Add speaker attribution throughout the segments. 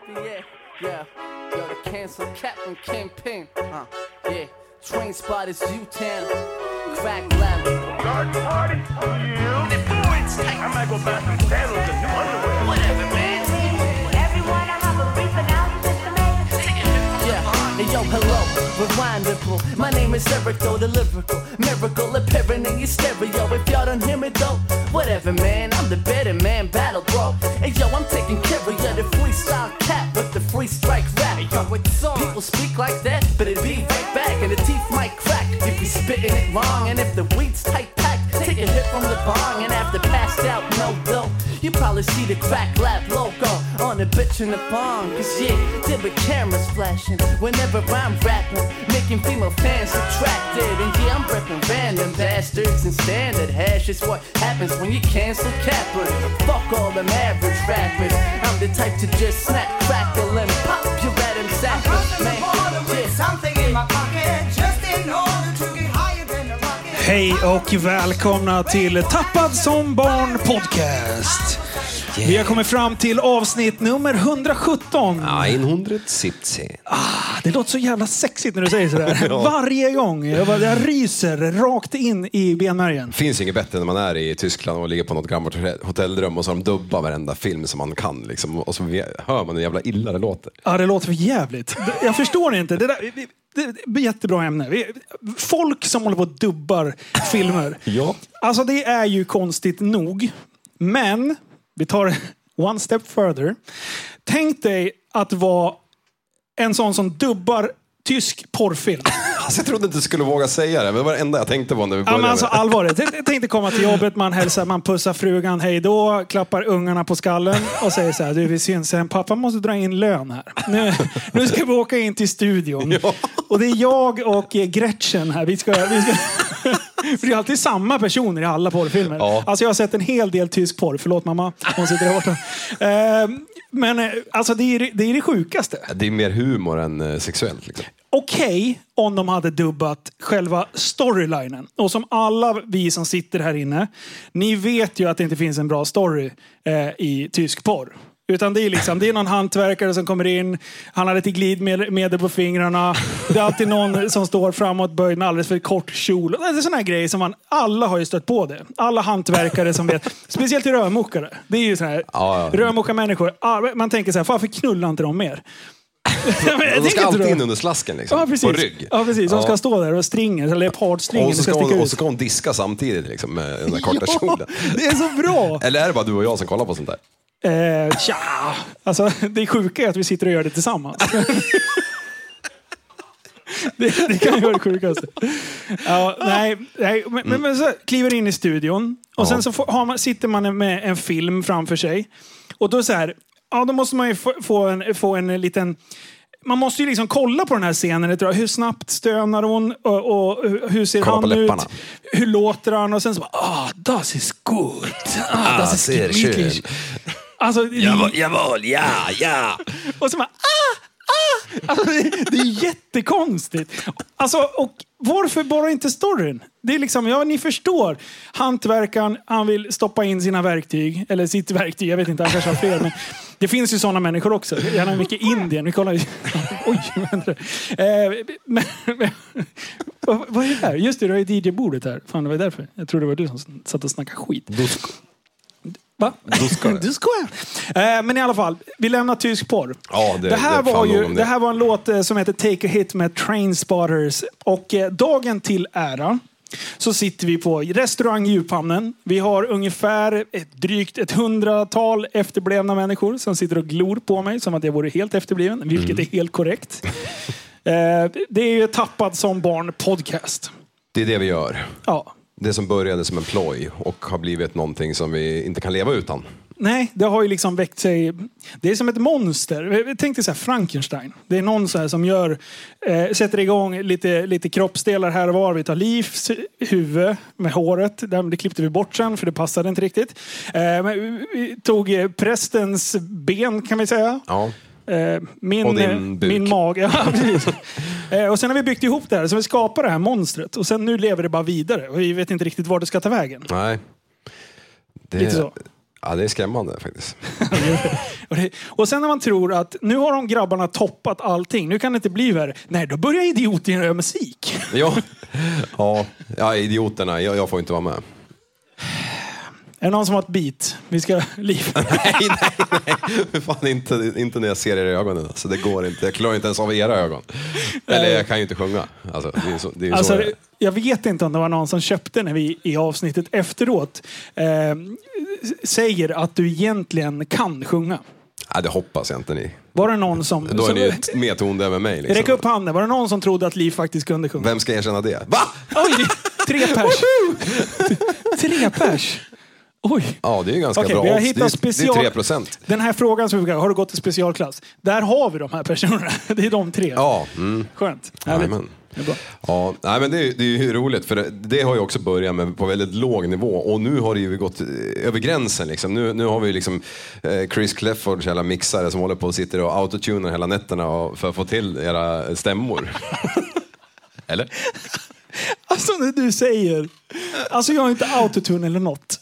Speaker 1: Yeah, yo, the cancel Captain Kingpin. Yeah, train spotters, U-Town, crack lab.
Speaker 2: Garden party? Yeah. The boys tight. I might go buy some sandals and new underwear.
Speaker 1: Whatever, man.
Speaker 3: Everyone, I have a brief announcement to make.
Speaker 1: Yeah, hey, yo, hello, rewind ripple. My name is Eric, though, the lyrical miracle appearing in your stereo. If y'all don't hear me, though, whatever, man. I'm the better man, battle, bro. Hey, yo, I'm taking care of you, the freestyle cat with the free strike rap. Hey, yo, it's on. People speak like that, but it be right back, and the teeth might crack if you spitting it wrong. And if the weed's tight packed, take a hit from the bong, and after passed out, no dough, you probably see the crack lab logo on the bitch in the bong. Cause yeah, there be cameras flashing whenever I'm rapping, making female fans attracted. And yeah, I'm repping random bastards and standard hash. It's what happens when you cancel Kaplan. Fuck all them average rappers. I'm the type to just snap, crackle and pop you at him sappers, man.
Speaker 4: Hej och välkomna till Tappad som barn podcast. Vi har kommit fram till avsnitt nummer 117.
Speaker 5: 117.
Speaker 4: Det låter så jävla sexigt när du säger sådär. Ja. Varje gång. Jag ryser rakt in i benmärgen.
Speaker 5: Finns inget bättre när man är i Tyskland och ligger på något gammalt hotellrum och så har de dubbar varenda film som man kan. Liksom, och så hör man hur jävla illa det låter.
Speaker 4: Ja, det låter för jävligt. Jag förstår inte. Det är jättebra ämne. Folk som håller på och dubbar filmer.
Speaker 5: Ja.
Speaker 4: Alltså det är ju konstigt nog. Men vi tar one step further. Tänk dig att vara en sån som dubbar tysk porrfilm.
Speaker 5: Alltså, jag trodde inte du skulle våga säga det, men det var det enda jag tänkte på när vi började.
Speaker 4: Ja, men alltså allvarligt. Jag tänkte komma till jobbet, man hälsar, man pussar frugan, hej då, klappar ungarna på skallen och säger så här: du, vi syns sen, pappa måste dra in lön här. Nu ska vi åka in till studion. Ja. Och det är jag och Gretchen här. Vi ska för det är alltid samma personer i alla porrfilmer. Ja. Alltså jag har sett en hel del tysk porr. Förlåt mamma, hon sitter där borta. Men alltså det är det sjukaste.
Speaker 5: Det är mer humor än sexuellt liksom.
Speaker 4: Okej, om de hade dubbat själva storylinen. Och som alla vi som sitter här inne, ni vet ju att det inte finns en bra story i tysk porr. Utan det är liksom, det är någon hantverkare som kommer in, han har lite glidmedel på fingrarna. Det är alltid någon som står framåt böjd med alldeles för kort kjol. Det är såna här grejer som alla har ju stött på det. Alla hantverkare som vet, speciellt i rörmokare. Det är ju så här, rörmokarmänniskor. Man tänker så här, varför knullar inte de mer?
Speaker 5: De ska alltid in under slasken liksom,
Speaker 4: ja,
Speaker 5: på rygg.
Speaker 4: Ja, precis. De ska stå där och stringa, eller leopardstringen.
Speaker 5: Och så ska hon diska samtidigt liksom, med den där korta kjolen.
Speaker 4: Det är så bra!
Speaker 5: Eller är det bara du och jag som kollar på sånt där?
Speaker 4: Tja, alltså det är sjuka är att vi sitter och gör det tillsammans. det kan ju vara det sjukaste. Ja, nej, men så kliver in i studion och sen så sitter man med en film framför sig och då så här, ja, då måste man ju få en liten. Man måste ju liksom kolla på den här scenen. Hur snabbt stönar hon och hur ser han ut? Hur låter han? Och sen så bara, das ist gut. Das ist gemütlich. Alltså,
Speaker 5: jawohl, ja.
Speaker 4: Och så bara, Alltså, det är jättekonstigt. Alltså, och varför bara inte storyn? Det är liksom, ja, ni förstår. Hantverkaren, han vill stoppa in sina verktyg. Eller sitt verktyg, jag vet inte, han kanske har fler. Men det finns ju sådana människor också. Gärna mycket Indien. Vi kollar ju. Oj, vänta. Vad är det här? Just det, du har ju DJ-bordet här. Fan, det var därför. Jag tror det var du som satt och snackade skit. Va? Du skojar. Men i alla fall, vi lämnar tysk porr.
Speaker 5: Ja,
Speaker 4: det här var en låt som heter Take a Hit med Trainspotters. Och dagen till ära så sitter vi på restaurang Djuphamnen. Vi har ungefär drygt 100-tal efterblivna människor som sitter och glor på mig som att jag vore helt efterbliven, vilket är helt korrekt. Det är ju Tappad som barn podcast.
Speaker 5: Det är det vi gör.
Speaker 4: Ja.
Speaker 5: Det som började som en ploj och har blivit någonting som vi inte kan leva utan.
Speaker 4: Nej, det har ju liksom väckt sig. Det är som ett monster. Jag tänkte så här, Frankenstein. Det är någon så här som sätter igång lite kroppsdelar här och var. Vi tar Livs huvud med håret. Det klippte vi bort sen för det passade inte riktigt. Vi tog prästens ben kan vi säga.
Speaker 5: Ja.
Speaker 4: Min mage. Ja, precis. Och sen har vi byggt ihop det här. Så vi skapar det här monstret. Och sen nu lever det bara vidare. Och vi vet inte riktigt var det ska ta vägen.
Speaker 5: Nej.
Speaker 4: Lite så.
Speaker 5: Ja, det är skrämmande faktiskt.
Speaker 4: Och sen när man tror att nu har de grabbarna toppat allting, nu kan det inte bli värre. Nej, då börjar idioterna göra musik.
Speaker 5: Ja, idioterna. Jag får inte vara med.
Speaker 4: Är det någon som har ett beat? Vi ska liv.
Speaker 5: nej. Fan, inte när jag ser er i ögonen. Alltså, det går inte. Jag klarar inte ens av era ögon. Eller jag kan ju inte sjunga. Alltså, det är så
Speaker 4: jag vet inte om det var någon som köpte när vi i avsnittet efteråt säger att du egentligen kan sjunga.
Speaker 5: Ja, det hoppas jag inte ni.
Speaker 4: Var det någon som...
Speaker 5: Då är ni mer tondöv med mig. Liksom.
Speaker 4: Räck upp handen. Var det någon som trodde att Liv faktiskt kunde sjunga?
Speaker 5: Vem ska erkänna det? Va?
Speaker 4: Oj, 3 pers. 3 pers. Oj.
Speaker 5: Ja, det är ju ganska bra.
Speaker 4: Vi har hittat
Speaker 5: det är 3%.
Speaker 4: Den här frågan som vi har du gått i specialklass? Där har vi de här personerna. Det är de 3.
Speaker 5: Ja.
Speaker 4: Skönt.
Speaker 5: Jajamän. Ja, nej, men det är ju roligt för det har ju också börjat med på väldigt låg nivå och nu har det ju gått över gränsen liksom. Nu har vi liksom Chris Cleffords hela mixare som håller på och sitter och autotunar hela nätterna för att få till era stämmor. Eller?
Speaker 4: Alltså när du säger alltså jag har inte autotune eller något.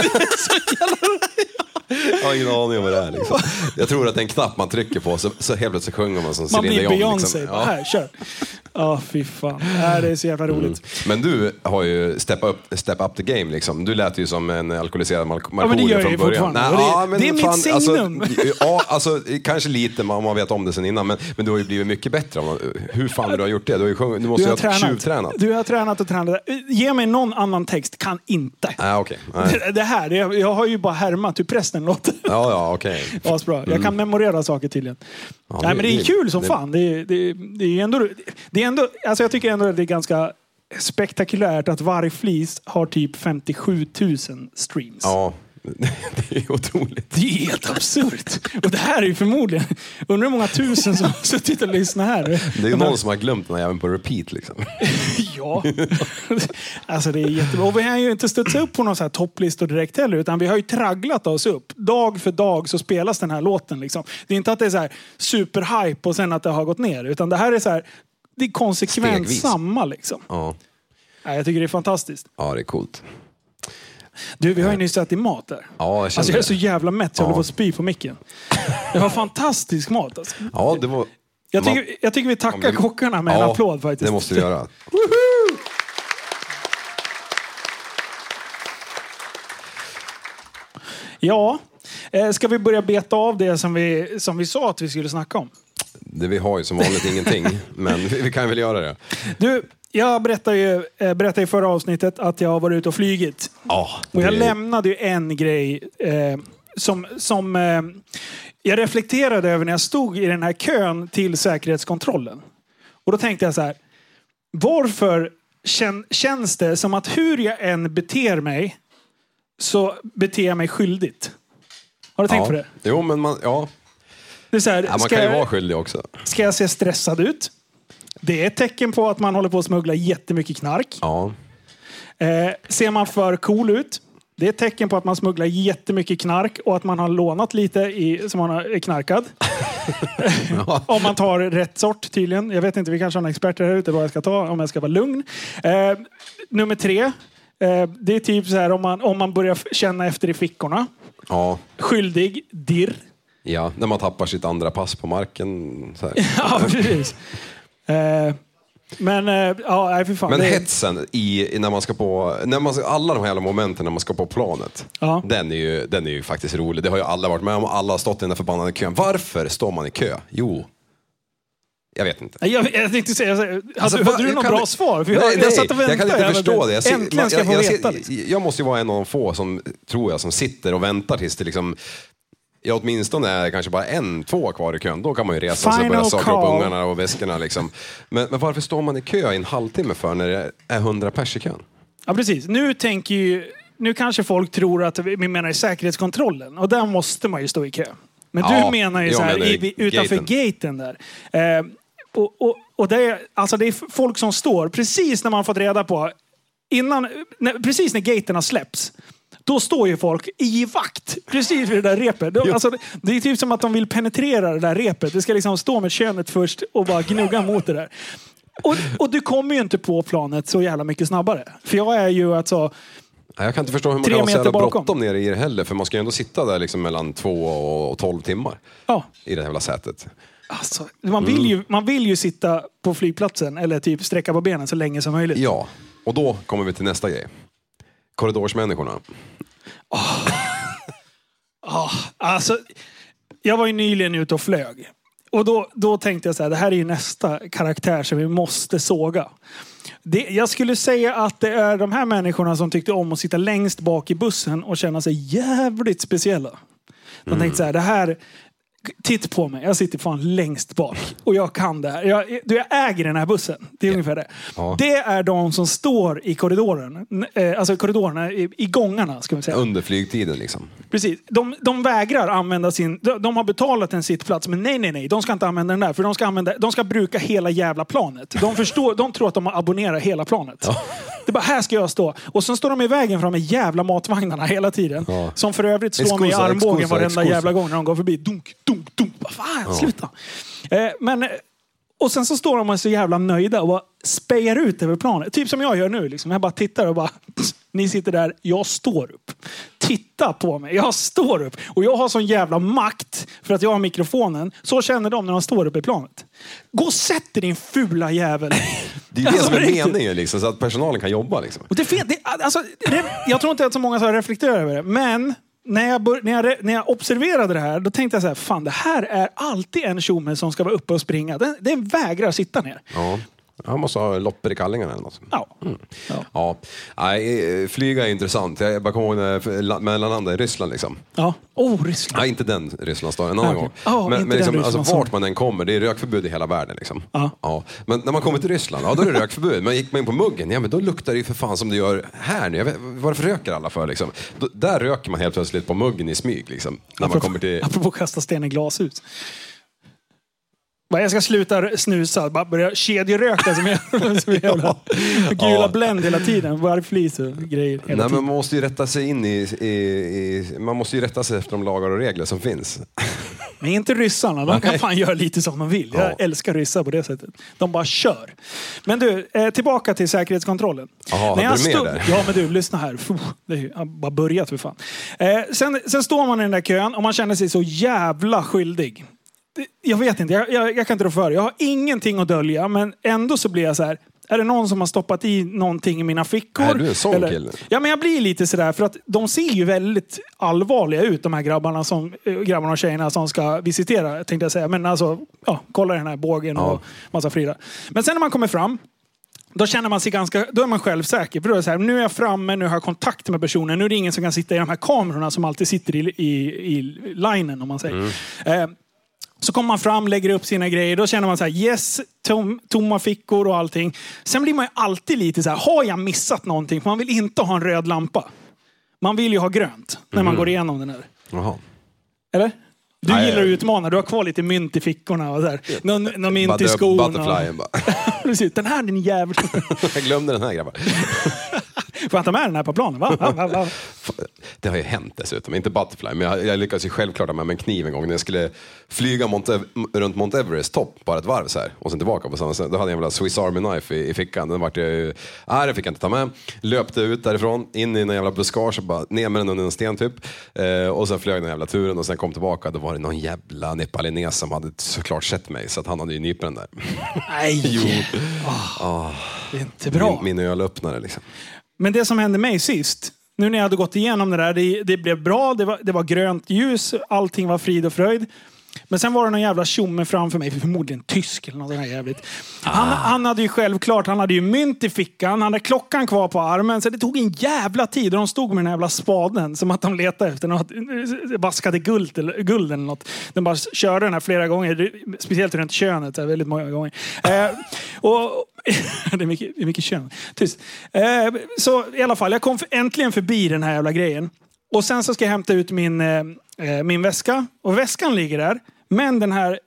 Speaker 5: Jag har ingen aning om vad det är liksom. Jag tror att det är en knapp man trycker på så helt plötsligt sjunger man som
Speaker 4: Celine Dion. Man blir Beyoncé.
Speaker 5: Liksom.
Speaker 4: Här, kör. Ja, fy fan. Det är så jävla roligt.
Speaker 5: Men du har ju step up the game liksom. Du lät ju som en alkoholiserad
Speaker 4: Markoolio från början. Det är mitt signum.
Speaker 5: Alltså, kanske lite om man vet om det sen innan. Men du har ju blivit mycket bättre. Hur fan du har gjort det? Du måste ju ha tjuvtränat.
Speaker 4: Du har tränat och tränat. Ge mig någon annan text. Kan inte.
Speaker 5: Okay.
Speaker 4: Det här, jag har ju bara härmat hur prästen låter.
Speaker 5: Ja, okej.
Speaker 4: Asbra. Jag kan memorera saker tydligen. Nej, men det är kul som fan. Det är ändå, alltså jag tycker ändå att det är ganska spektakulärt att varje flis har typ 57 000 streams.
Speaker 5: Ja, det är otroligt.
Speaker 4: Det är helt absurt. Och det här är ju förmodligen, undrar hur många tusen som har suttit och lyssnat här.
Speaker 5: Det är ju någon som har glömt den här även på repeat liksom.
Speaker 4: Ja. Alltså det är jättebra. Och vi har ju inte studsat upp på någon så här topplistor direkt heller, utan vi har ju tragglat oss upp. Dag för dag så spelas den här låten liksom. Det är inte att det är så här superhype och sen att det har gått ner, utan det här är så här, det är konsekvent stegvis. Samma liksom.
Speaker 5: Ja.
Speaker 4: Jag tycker det är fantastiskt.
Speaker 5: Ja, det är coolt.
Speaker 4: Du, vi har ju nyss ätit mat där.
Speaker 5: Ja, jag
Speaker 4: är så jävla mätt så jag håller på att spy på micken. Det var fantastisk mat alltså.
Speaker 5: Ja, det var...
Speaker 4: Jag tycker vi tackar kockarna med en applåd faktiskt.
Speaker 5: Det måste vi göra.
Speaker 4: Ja, ska vi börja beta av det som vi sa att vi skulle snacka om?
Speaker 5: Det vi har ju som vanligt ingenting, men vi kan väl göra det.
Speaker 4: Du, jag berättade i förra avsnittet att jag har varit ute och flygit. Och jag lämnade ju en grej som jag reflekterade över när jag stod i den här kön till säkerhetskontrollen. Och då tänkte jag så här, varför känns det som att hur jag än beter mig så beter jag mig skyldigt? Har du tänkt på det?
Speaker 5: Jo, men
Speaker 4: det är så här,
Speaker 5: man kan ju vara skyldig också.
Speaker 4: Ska jag se stressad ut? Det är ett tecken på att man håller på att smuggla jättemycket knark.
Speaker 5: Ja.
Speaker 4: Ser man för cool ut? Det är ett tecken på att man smugglar jättemycket knark och att man har lånat lite som man är knarkad. Om man tar rätt sort tydligen. Jag vet inte, vi kanske har en expert här ute vad jag ska ta om jag ska vara lugn. Nummer 3. Det är typ så här om man börjar känna efter i fickorna.
Speaker 5: Ja.
Speaker 4: Skyldig, dirr.
Speaker 5: Ja, när man tappar sitt andra pass på marken. Så här.
Speaker 4: Ja, precis. Men för fan.
Speaker 5: Men hetsen när man ska på alla de här jävla momenten när man ska på planet.
Speaker 4: Ja.
Speaker 5: Den är ju faktiskt rolig. Det har ju alla varit med om. Alla har stått i den där förbannade kön. Varför står man i kö? Jo. Jag vet inte.
Speaker 4: Jag tänkte säga, hade du något bra svar? För
Speaker 5: Nej,
Speaker 4: jag satt och väntade.
Speaker 5: Jag kan inte förstå det.
Speaker 4: Äntligen ska jag få veta.
Speaker 5: Jag måste ju vara en av de få som, tror jag, som sitter och väntar tills det liksom... Ja, åtminstone är kanske bara 1-2 kvar i kön. Då kan man ju resa sig och börja sakra upp ungarna och väskorna liksom. Men varför står man i kö i en halvtimme för när det är 100 pers i kön?
Speaker 4: Ja, precis. Nu kanske folk tror att vi menar i säkerhetskontrollen. Och där måste man ju stå i kö. Men du menar ju så här utanför gaten där. Och det är folk som står precis när man fått reda på precis när gaterna släpps. Då står ju folk i vakt precis vid det där repet. Det är typ som att de vill penetrera det där repet. Det ska liksom stå med könet först och bara gnugga mot det där. Och du kommer ju inte på planet så jävla mycket snabbare. För jag är ju
Speaker 5: Jag kan inte förstå hur man
Speaker 4: 3
Speaker 5: kan ha så
Speaker 4: meter
Speaker 5: jävla
Speaker 4: bakom.
Speaker 5: bråttom nere i det heller. För man ska ju ändå sitta där liksom mellan 2 och 12 timmar.
Speaker 4: Ja.
Speaker 5: I det jävla sätet.
Speaker 4: Alltså, man vill ju sitta på flygplatsen eller typ sträcka på benen så länge som möjligt.
Speaker 5: Ja, och då kommer vi till nästa grej. Korridorsmänniskorna.
Speaker 4: Alltså, jag var ju nyligen ute och flög. Och då tänkte jag så här, det här är ju nästa karaktär som vi måste såga. Jag skulle säga att det är de här människorna som tyckte om att sitta längst bak i bussen och känna sig jävligt speciella. De tänkte så här, det här... Titt på mig, jag sitter fan längst bak och jag kan det här. Jag äger den här bussen. Det är ungefär det. Ja. Det är de som står i korridoren. Alltså korridorerna, i gångarna ska man säga.
Speaker 5: Under flygtiden liksom.
Speaker 4: Precis. De vägrar använda sin... De har betalat en sittplats, men nej. De ska inte använda den där. För de ska bruka hela jävla planet. De tror att de har abonnerat hela planet. Ja. Det är bara, här ska jag stå. Och sen står de i vägen fram med jävla matvagnarna hela tiden. Ja. Som för övrigt slår mig i armbågen varenda jävla gång när de går förbi. Dunk. Vad fan, sluta. Och sen så står de så jävla nöjda och bara spejar ut över planet. Typ som jag gör nu. Liksom. Jag bara tittar och bara, ni sitter där, jag står upp. Titta på mig, jag står upp. Och jag har sån jävla makt för att jag har mikrofonen. Så känner de när de står upp i planet. Gå och sätt dig, din fula jävel.
Speaker 5: Det är ju det som är meningen, liksom, så att personalen kan jobba. Liksom.
Speaker 4: Och jag tror inte att så många har reflekterat över det. Men när jag observerade det här, då tänkte jag så här, fan, det här är alltid en tjomme som ska vara uppe och springa. Den vägrar sitta ner. Ja.
Speaker 5: Han måste ha loppor i kallingarna eller något.
Speaker 4: Ja.
Speaker 5: Ja. Nej, flyga är intressant. Jag bara kommer ihåg när mellanlanda i Ryssland liksom.
Speaker 4: Ja. Ryssland.
Speaker 5: Nej, inte den Rysslandsdagen, en annan gång. Men liksom, alltså, vart man än kommer, det är rökförbud i hela världen liksom. Ja. Men när man kommer till Ryssland, då är det rökförbud. Men gick man in på muggen, men då luktar det ju för fan som det gör här nu. Varför röker alla för liksom? Där röker man helt plötsligt på muggen i smyg liksom. När man kommer till...
Speaker 4: Apropå kasta sten i glashus. Jag ska sluta snusa, bara börja kedjeröka som jävla gula Blend hela tiden, vargflis och grejer.
Speaker 5: Nej, men man måste ju rätta sig in man måste ju rätta sig efter de lagar och regler som finns.
Speaker 4: Men inte ryssarna, de kan fan göra lite som de vill. Jag älskar ryssar på det sättet. De bara kör. Men du, tillbaka till säkerhetskontrollen.
Speaker 5: Jaha, hade du med där?
Speaker 4: Ja, men du, lyssna här. Det har bara börjat för fan. Sen står man i den där kön och man känner sig så jävla skyldig. Jag vet inte, jag kan inte rå för. Jag har ingenting att dölja, men ändå så blir jag så här. Är det någon som har stoppat i någonting i mina fickor?
Speaker 5: Är du en sån kille?
Speaker 4: Ja, men jag blir lite sådär, för att de ser ju väldigt allvarliga ut, de här grabbarna och tjejerna som ska visitera, tänkte jag säga. Men alltså, kolla den här bågen och massa frida. Men sen när man kommer fram, då känner man sig då är man självsäker. För då är det så här, nu är jag framme, nu har jag kontakt med personen. Nu är det ingen som kan sitta i de här kamerorna som alltid sitter i linen, om man säger. Så kommer man fram, lägger upp sina grejer. Då känner man så här, yes, tomma fickor och allting. Sen blir man ju alltid lite så här, har jag missat någonting? För man vill inte ha en röd lampa. Man vill ju ha grönt när man går igenom den här.
Speaker 5: Jaha.
Speaker 4: Eller? Du gillar att utmana, du har kvar lite mynt i fickorna och så här. Någon mynt i skon.
Speaker 5: Butterflyen bara.
Speaker 4: Precis, den här är din jävel.
Speaker 5: Jag glömde den här, grabbar.
Speaker 4: Får jag ta med den här på planen, va?
Speaker 5: Det har ju hänt dessutom, inte Butterfly, men jag lyckades ju självklart ha med mig en kniv en gång när jag skulle flyga runt Mount Everest topp, bara ett varv så här, och sen tillbaka på samma sätt. Då hade jag en jävla Swiss Army knife i fickan. Den vart det fick jag inte ta med. Löpte ut därifrån, in i en jävla buskage och bara ner med den under en sten typ. Och sen flög den jävla turen och sen kom tillbaka. Då var det någon jävla nepalines som hade såklart sett mig, så att han hade ju nypt den där.
Speaker 4: Nej!
Speaker 5: Jo.
Speaker 4: Det är inte bra.
Speaker 5: Min ölöppnare liksom.
Speaker 4: Men det som hände mig sist, nu när jag hade gått igenom det där, det blev bra, det var grönt ljus, allting var frid och fröjd. Men sen var det någon jävla tjomme framför mig, förmodligen tysk eller något sånt här jävligt. Han hade ju självklart, han hade ju mynt i fickan, han hade klockan kvar på armen, så det tog en jävla tid och de stod med den jävla spaden som att de letade efter något, vaskade guld eller något. De bara körde den här flera gånger, speciellt runt könet, väldigt många gånger. Och det är mycket kön. Tyst. Så i alla fall, jag kom äntligen förbi den här jävla grejen. Och sen så ska jag hämta ut min väska. Och väskan ligger där. Men den här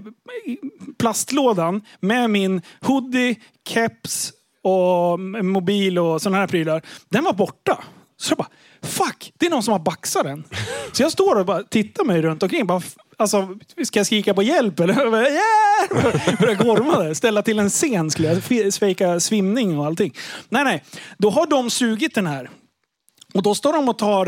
Speaker 4: plastlådan med min hoodie, keps och mobil och sådana här prylar, den var borta. Så jag bara, fuck, det är någon som har baxat den. Så jag står och bara tittar mig runt omkring. Bara, alltså, ska jag skrika på hjälp? Eller börja gorma där. Ställa till en scen skulle jag. Fejka svimning och allting. Nej. Då har de sugit den här. Och då står de och tar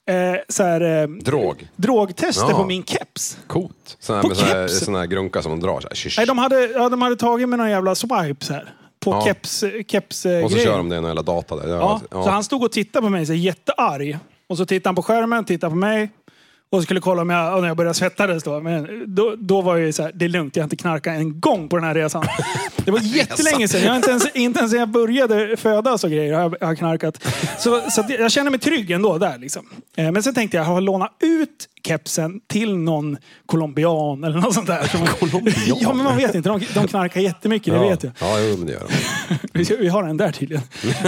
Speaker 4: drogtester på min keps.
Speaker 5: Coolt. Såna här grunka som de drar.
Speaker 4: Nej, de hade tagit med någon jävla swipes här. På keps
Speaker 5: och så kör de det i någon jävla data där.
Speaker 4: Ja. Så han stod och tittade på mig så jättearg. Och så tittade han på skärmen, tittade på mig. Och skulle kolla när jag började svettades då. Men då var jag så här, det är lugnt, jag har inte knarkat en gång på den här resan. Det var jättelänge sedan. Jag inte ens när jag började födas och grejer har jag knarkat. Så jag känner mig trygg ändå där liksom. Men sen tänkte jag låna ut kepsen till någon colombian eller något sånt där.
Speaker 5: Colombian?
Speaker 4: Ja, men man vet inte. De knarkar jättemycket, det vet jag.
Speaker 5: Ja, men det gör
Speaker 4: de. Vi har den där tydligen.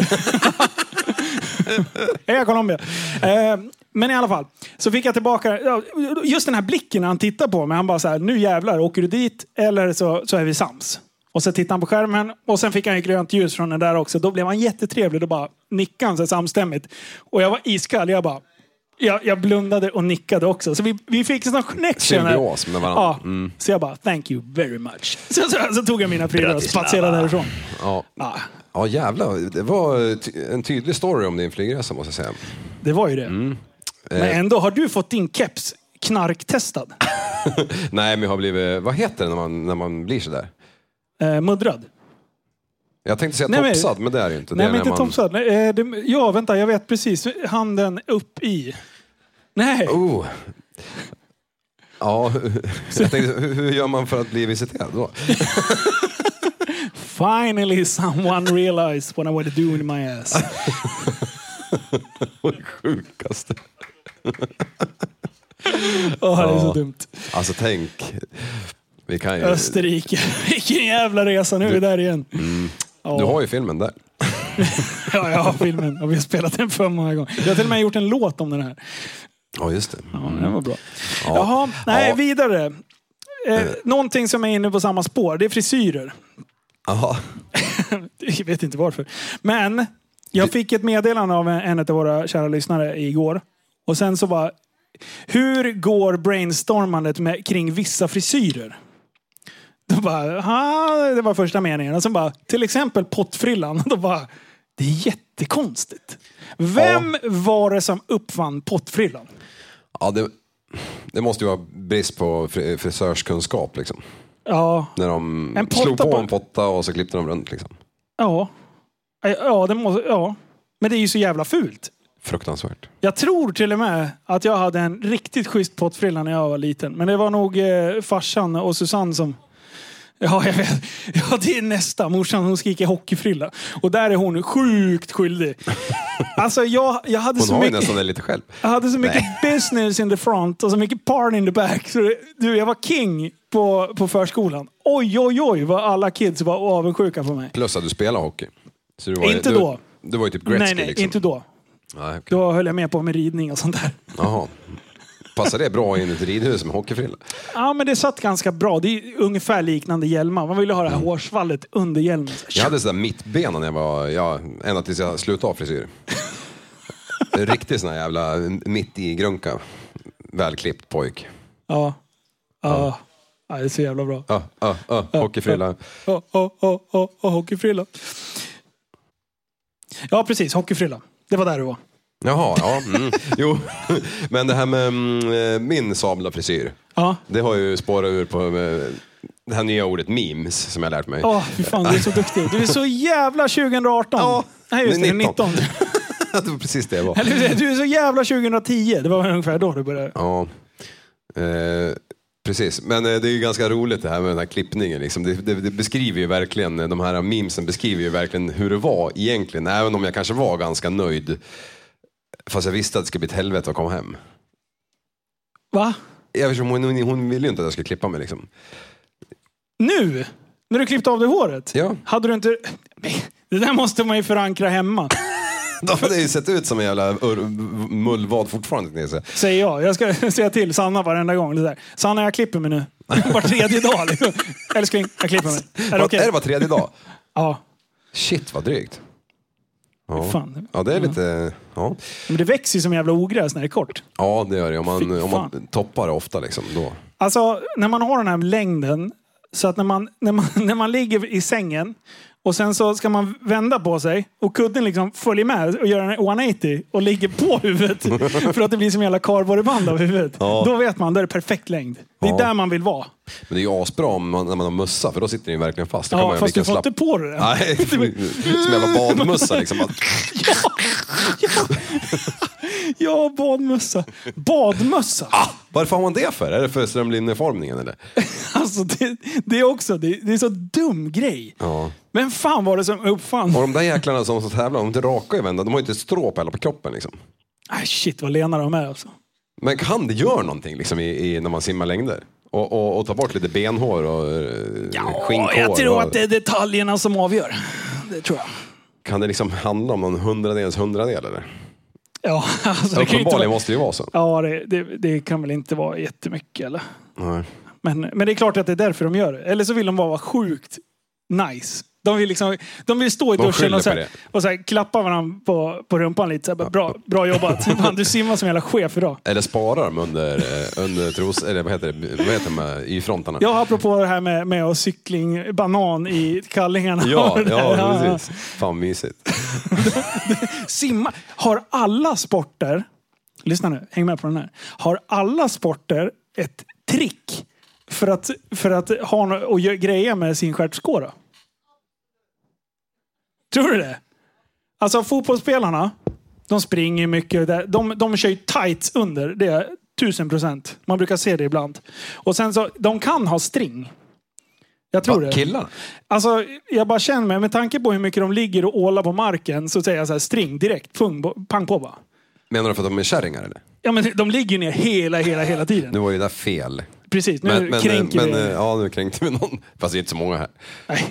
Speaker 4: Hej, Colombia. Men i alla fall, så fick jag tillbaka just den här blicken när han tittar på mig. Han bara så här, nu jävlar, åker du dit eller så är vi sams. Och så tittade han på skärmen och sen fick han ju grönt ljus från den där också. Då blev han jättetrevlig, då bara nickade han så samstämmigt. Och jag var iskall, jag blundade och nickade också. Så vi fick en sån connection.
Speaker 5: Symbios med varandra.
Speaker 4: Ja, så jag bara, thank you very much. Så tog jag mina prylar och spatserade därifrån.
Speaker 5: Ja, jävlar. Det var en tydlig story om din flygresa, måste jag säga.
Speaker 4: Det var ju det. Men ändå, har du fått din keps knarktestad?
Speaker 5: Nej, men jag har blivit... Vad heter det när man blir sådär?
Speaker 4: Muddrad.
Speaker 5: Jag tänkte säga topsad, men det är det inte.
Speaker 4: Nej, men inte topsad. Ja, vänta, jag vet precis. Handen upp i. Nej.
Speaker 5: Ja, jag tänkte, hur gör man för att bli visiterad då?
Speaker 4: Finally someone realized what I want to do in my ass.
Speaker 5: Det sjukaste.
Speaker 4: Det är så dumt.
Speaker 5: Alltså tänk. Vi kan ju...
Speaker 4: Österrike. Vilken jävla resa, nu är vi där igen.
Speaker 5: Du har ju filmen där.
Speaker 4: Ja, jag har filmen och vi har spelat den för många gånger. Jag har till och med gjort en låt om den här.
Speaker 5: Ja, just det.
Speaker 4: Ja, det var bra. Jaha, nej, vidare. Någonting som är inne på samma spår, det är frisyrer.
Speaker 5: Jaha.
Speaker 4: Jag vet inte varför. Men jag fick ett meddelande av en av våra kära lyssnare igår. Och sen så bara, hur går brainstormandet kring vissa frisyrer? Då bara, det var första meningen. Och sen bara, till exempel pottfrillan. Då bara, det är jättekonstigt. Vem var det som uppfann pottfrillan?
Speaker 5: Ja, det måste ju vara brist på frisörskunskap liksom.
Speaker 4: Ja.
Speaker 5: När de slog på en potta och så klippte de runt liksom. Ja. Ja, men det är ju så jävla fult. Fruktansvärt.
Speaker 4: Jag tror till och med att jag hade en riktigt schysst pottfrilla när jag var liten. Men det var nog farsan och Susanne som... Ja, jag vet. Ja, det är nästa. Morsan, hon skriker hockeyfrilla. Och där är hon sjukt skyldig. Alltså, jag hade
Speaker 5: hon
Speaker 4: så
Speaker 5: har
Speaker 4: mycket...
Speaker 5: ju nästan det lite själv.
Speaker 4: Jag hade så mycket business in the front och så mycket party in the back. Så jag var king på förskolan. Oj, vad alla kids var avundsjuka på mig.
Speaker 5: Plus att du spelar hockey. Så du
Speaker 4: var då.
Speaker 5: Du var ju typ Gretzky
Speaker 4: nej,
Speaker 5: liksom.
Speaker 4: Inte då.
Speaker 5: Nej, okay.
Speaker 4: Då höll jag med på med ridning och sånt där.
Speaker 5: Jaha. Passar det bra in i ett ridhus med hockeyfrilla?
Speaker 4: Ja, men det satt ganska bra. Det är ungefär liknande hjälmar. Man ville ha det här hårsvallet under hjälmen.
Speaker 5: Jag hade sådär mittbena när jag var... ända tills jag slutade av frisyr. Riktigt sån här jävla mitt i grunka. Välklippt pojk.
Speaker 4: Ja, det är så jävla bra.
Speaker 5: Hockeyfrilla.
Speaker 4: Hockeyfrilla. Ja, precis. Hockeyfrilla. Det var där du var.
Speaker 5: Jaha, ja. Jo, men det här med min sabla frisyr. Det har ju spårat ur på det här nya ordet memes som jag lärt mig.
Speaker 4: Fy fan, du är så duktig. Du är så jävla 2018.
Speaker 5: Ja,
Speaker 4: nej, just det, 19.
Speaker 5: Det var precis det jag var.
Speaker 4: Du är så jävla 2010. Det var ungefär då du började.
Speaker 5: Ja, precis. Men det är ju ganska roligt det här med den här klippningen. Liksom. Det beskriver ju verkligen, de här memesen beskriver ju verkligen hur det var egentligen. Även om jag kanske var ganska nöjd. Fast jag visste att det skulle bli ett helvete att komma hem.
Speaker 4: Va?
Speaker 5: Hon ville ju inte att jag skulle klippa mig liksom.
Speaker 4: Nu? När du klippte av dig håret?
Speaker 5: Ja.
Speaker 4: Hade du inte... Det där måste man ju förankra hemma.
Speaker 5: Då hade det ju sett ut som en jävla mullvad fortfarande.
Speaker 4: Säger jag. Jag ska säga till Sanna varenda gång. Det där. Sanna, jag klipper mig nu. Var tredje dag. Liksom. Älskling, jag klipper mig. Är det okay?
Speaker 5: Är det var tredje dag?
Speaker 4: Ja.
Speaker 5: Shit, vad drygt. Ja.
Speaker 4: Fan.
Speaker 5: Ja, det är lite... Ja.
Speaker 4: Men det växer ju som jävla ogräs när det är kort.
Speaker 5: Ja, det gör det. Om man toppar det ofta liksom, då.
Speaker 4: Alltså, när man har den här längden så att när man ligger i sängen och sen så ska man vända på sig och kudden liksom följer med och gör en 180 och ligger på huvudet för att det blir som en jävla kardborreband av huvudet. Ja. Då vet man, då är det perfekt längd. Det är där man vill vara.
Speaker 5: Men det är ju asbra när man har mössa, för då sitter den verkligen fast. Då
Speaker 4: ja,
Speaker 5: kan man
Speaker 4: fast du får inte på det.
Speaker 5: Nej, som jävla badmössa liksom.
Speaker 4: Ja, badmössa. Badmössa.
Speaker 5: Varför har man det för? Är det för strömlinjeformningen eller?
Speaker 4: Alltså det är också, det är så dum grej.
Speaker 5: Ja.
Speaker 4: Men fan var det som uppfann?
Speaker 5: Och de där jäklarna som så tävlar, de inte raka i vända, de har ju inte ett strå på hela på kroppen liksom.
Speaker 4: Aj shit, vad lena de är alltså.
Speaker 5: Men kan det göra någonting liksom när man simmar längder? Och ta bort lite benhår och skinkhår?
Speaker 4: Ja, jag tror att det är detaljerna som avgör. Det tror jag.
Speaker 5: Kan det liksom handla om någon hundradel eller?
Speaker 4: Ja, alltså
Speaker 5: uppenbarligen måste det ju vara så.
Speaker 4: Ja, det kan väl inte vara jättemycket eller?
Speaker 5: Nej.
Speaker 4: Men det är klart att det är därför de gör det. Eller så vill de vara sjukt nice. De vill stå i duschen och så här, klappa varandra på rumpan lite. Så här, bra jobbat. Du simmar som en jävla chef idag.
Speaker 5: Eller sparar de under tros... Eller vad heter det med, i frontarna?
Speaker 4: Ja, apropå det här med och cykling, banan i kallingarna.
Speaker 5: Ja, precis. Fan mysigt.
Speaker 4: Simma. Har alla sporter... Lyssna nu, häng med på den här. Har alla sporter ett trick för att ha och greja med sin stjärtskåra? Tror du det? Alltså fotbollsspelarna, de springer mycket. De kör ju tights under. Det är 1000%. Man brukar se det ibland. Och sen så, de kan ha string. Jag tror det.
Speaker 5: Killar?
Speaker 4: Alltså, jag bara känner med tanke på hur mycket de ligger och ålar på marken, så säger jag så här, string direkt. Pang på bara.
Speaker 5: Menar du för att de är kärringar eller?
Speaker 4: Ja, men de ligger ner hela tiden.
Speaker 5: Nu var ju det där fel.
Speaker 4: Precis, nu kränker vi.
Speaker 5: Ja, nu kränkte vi någon. Fast det är inte så många här. Nej.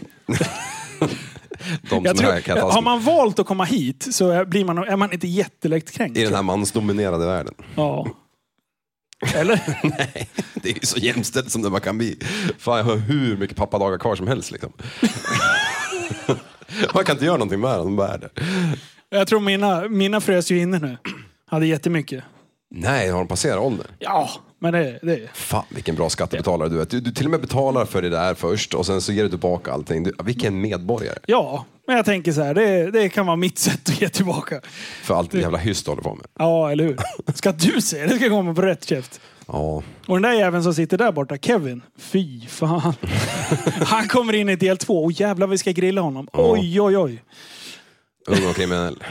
Speaker 4: Har man valt att komma hit så är man inte jättelätt kränkt.
Speaker 5: I den här mansdominerade världen.
Speaker 4: Ja. Eller?
Speaker 5: Nej, det är ju så jämställt som det bara kan bli. Fan, jag har hur mycket pappadagar kvar som helst liksom. Man kan inte göra någonting med dem, bara är det. Jag
Speaker 4: tror mina frös ju inne nu. Hade jättemycket.
Speaker 5: Nej, har de passerat ålder?
Speaker 4: Ja, men det.
Speaker 5: Fan, vilken bra skattebetalare du är. Du till och med betalar för det där först och sen så ger du tillbaka allting. Vilken medborgare.
Speaker 4: Ja, men jag tänker så här, det kan vara mitt sätt att ge tillbaka.
Speaker 5: För allt jävla hyst håller på med.
Speaker 4: Ja, eller hur? Ska du säga det? Ska komma på rätt käft.
Speaker 5: Ja.
Speaker 4: Och den där jäveln som sitter där borta, Kevin. Fy fan. Han kommer in i del 2 och jävlar vi ska grilla honom. Ja. Oj.
Speaker 5: Ung och kriminell.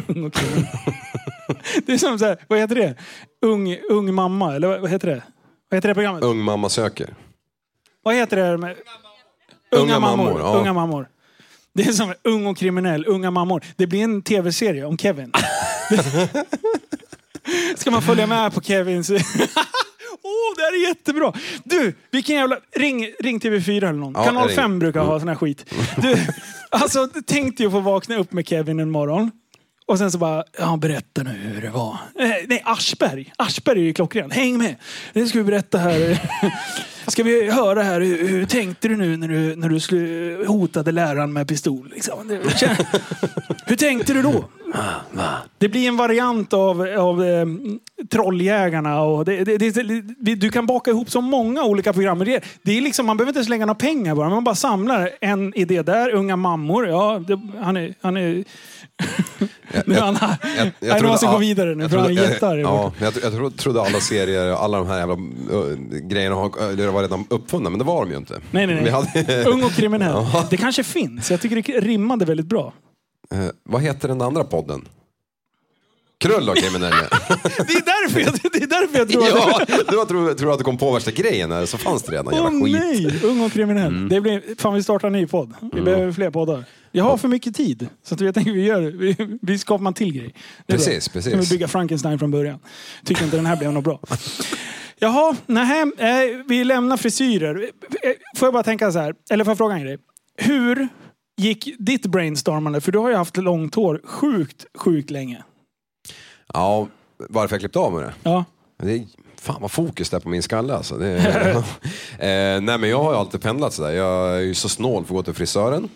Speaker 4: Det är som så här, vad heter det? Ung mamma, eller vad heter det? Vad heter det programmet?
Speaker 5: Ung mamma söker.
Speaker 4: Vad heter det med? Unga mammor. Ja. Unga mammor. Det är som ung och kriminell, unga mammor. Det blir en tv-serie om Kevin. Ska man följa med på Kevins... det här är jättebra. Du, vilken jävla... Ring TV4 eller någon. Ja, Kanal 5 brukar ha sån här skit. Du, alltså, tänkte ju få vakna upp med Kevin en morgon. Och sen så bara, berätta nu hur det var. Nej, Aschberg är ju klockren. Häng med. Det ska vi berätta här. Ska vi höra här, hur tänkte du nu när du hotade läraren med pistol? Liksom? Hur tänkte du då? Det blir en variant av Trolljägarna. Och du kan baka ihop så många olika program. Det är liksom, man behöver inte slänga några pengar bara. Man bara samlar en idé där. Unga mammor. Ja, han är... Jag måste gå vidare nu för han är jättar.
Speaker 5: Jag trodde alla serier, alla de här jävla grejerna var redan uppfunna, men det var de ju inte.
Speaker 4: Nej. Ung och kriminell. Det kanske finns. Jag tycker det rimmade väldigt bra.
Speaker 5: Vad heter den andra podden? Krull och kriminell.
Speaker 4: Det är därför jag tror
Speaker 5: att tror att du kom på värsta grejen här, så fanns det redan jävla skit.
Speaker 4: Nej, ung och kriminell. Det blir, fan, vi startar en ny podd. Vi behöver fler poddar. Jag har för mycket tid. Så att jag tänker vi skapar en till grej.
Speaker 5: Precis.
Speaker 4: Ska vi bygga Frankenstein från början. Tycker inte den här blev något bra. Jaha, vi lämnar frisyrer. Får jag bara tänka så här, eller får jag fråga en grej? Hur gick ditt brainstormande? För du har ju haft långt hår sjukt länge.
Speaker 5: Ja, varför jag klippte av med det?
Speaker 4: Ja.
Speaker 5: Det är fan vad fokus där på min skalle alltså. Nej, men jag har ju alltid pendlat sådär. Jag är ju så snål för att gå till frisören.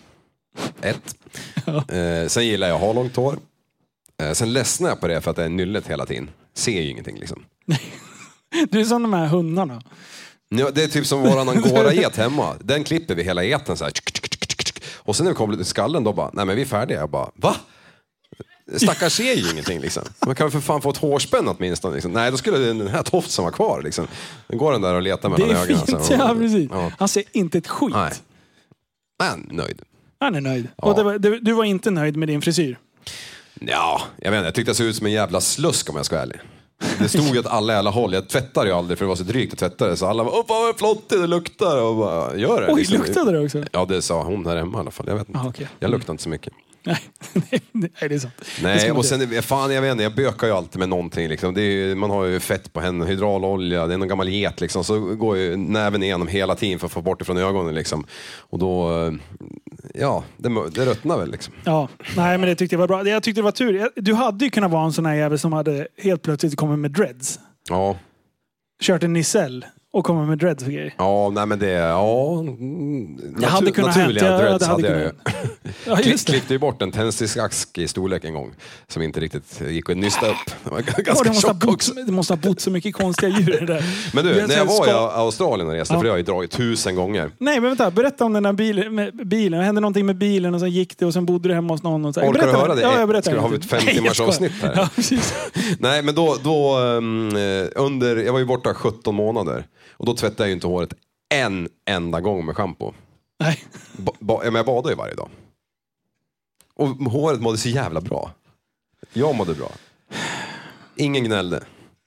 Speaker 5: Sen gillar jag att ha långt hår. Sen ledsnar jag på det för att det är nyllet hela tiden. Ser ju ingenting liksom.
Speaker 4: Du är som de här hundarna.
Speaker 5: Ja, det är typ som våran angora-get hemma. Den klipper vi hela eten så här. Och sen när vi kommer till skallen då bara, nej men vi är färdiga. Jag bara, va? Stackars ser ju ingenting liksom. Man kan väl för fan få ett hårspänn åtminstone liksom. Nej, då skulle den här tofsen vara kvar liksom. Den går den där och letar mellan ögonen.
Speaker 4: Det är fint, ja precis. Ja. Han ser inte ett skit.
Speaker 5: Nej. Han är nöjd.
Speaker 4: Han är nöjd.
Speaker 5: Ja.
Speaker 4: Och du var inte nöjd med din frisyr?
Speaker 5: Ja, jag vet inte. Jag tyckte det såg ut som en jävla slusk om jag ska vara ärlig. Det stod ju åt alla jävla håll. Jag tvättade ju aldrig för det var så drygt att tvätta det. Så alla bara, vad flottigt det luktar. Och bara, gör det.
Speaker 4: Oj,
Speaker 5: liksom.
Speaker 4: luktade det också?
Speaker 5: Ja, det sa hon här hemma i alla fall. Jag vet inte.
Speaker 4: Okay.
Speaker 5: Jag luktar inte så mycket.
Speaker 4: Nej, det är sant.
Speaker 5: Nej, och sen, fan jag vet inte, jag bökar ju alltid med någonting liksom. Det är, man har ju fett på henne, hydraulolja, det är någon gammal get liksom. Så går ju näven igenom hela tiden för att få bort det från ögonen liksom. Och då, ja, det ruttnar väl liksom.
Speaker 4: Ja, nej men det tyckte jag var bra. Jag tyckte det var tur. Du hade ju kunnat vara en sån här jävel som hade helt plötsligt kommit med dreads.
Speaker 5: Ja.
Speaker 4: Kört en Nicell och kommit med dreads och grejer.
Speaker 5: Ja, nej men det, ja.
Speaker 4: Jag hade kunnat
Speaker 5: naturliga
Speaker 4: hämta,
Speaker 5: dreads hade jag ju.
Speaker 4: Ja, just det.
Speaker 5: Klippte ju bort en tändsticksask i storlek en gång. Som inte riktigt gick att nysta upp. Det var ganska
Speaker 4: det
Speaker 5: tjock också.
Speaker 4: Det måste ha bott så mycket konstiga djur där.
Speaker 5: Men du, när jag var i Australien och reste, för det har jag ju dragit 1000 gånger.
Speaker 4: Nej, men vänta. Berätta om den där bilen. Det hände någonting med bilen och sen gick det och sen bodde du hemma hos någon. Och så.
Speaker 5: Orkar du höra det?
Speaker 4: Ja, jag berättar.
Speaker 5: Ska vi ha ett 5 timmars avsnitt här?
Speaker 4: Ja, precis.
Speaker 5: Nej, men då jag var ju borta 17 månader. Och då tvättade jag ju inte håret en enda gång med shampoo.
Speaker 4: Nej.
Speaker 5: Men jag badade ju varje dag. Och håret mådde så jävla bra. Jag mådde bra. Ingen gnällde.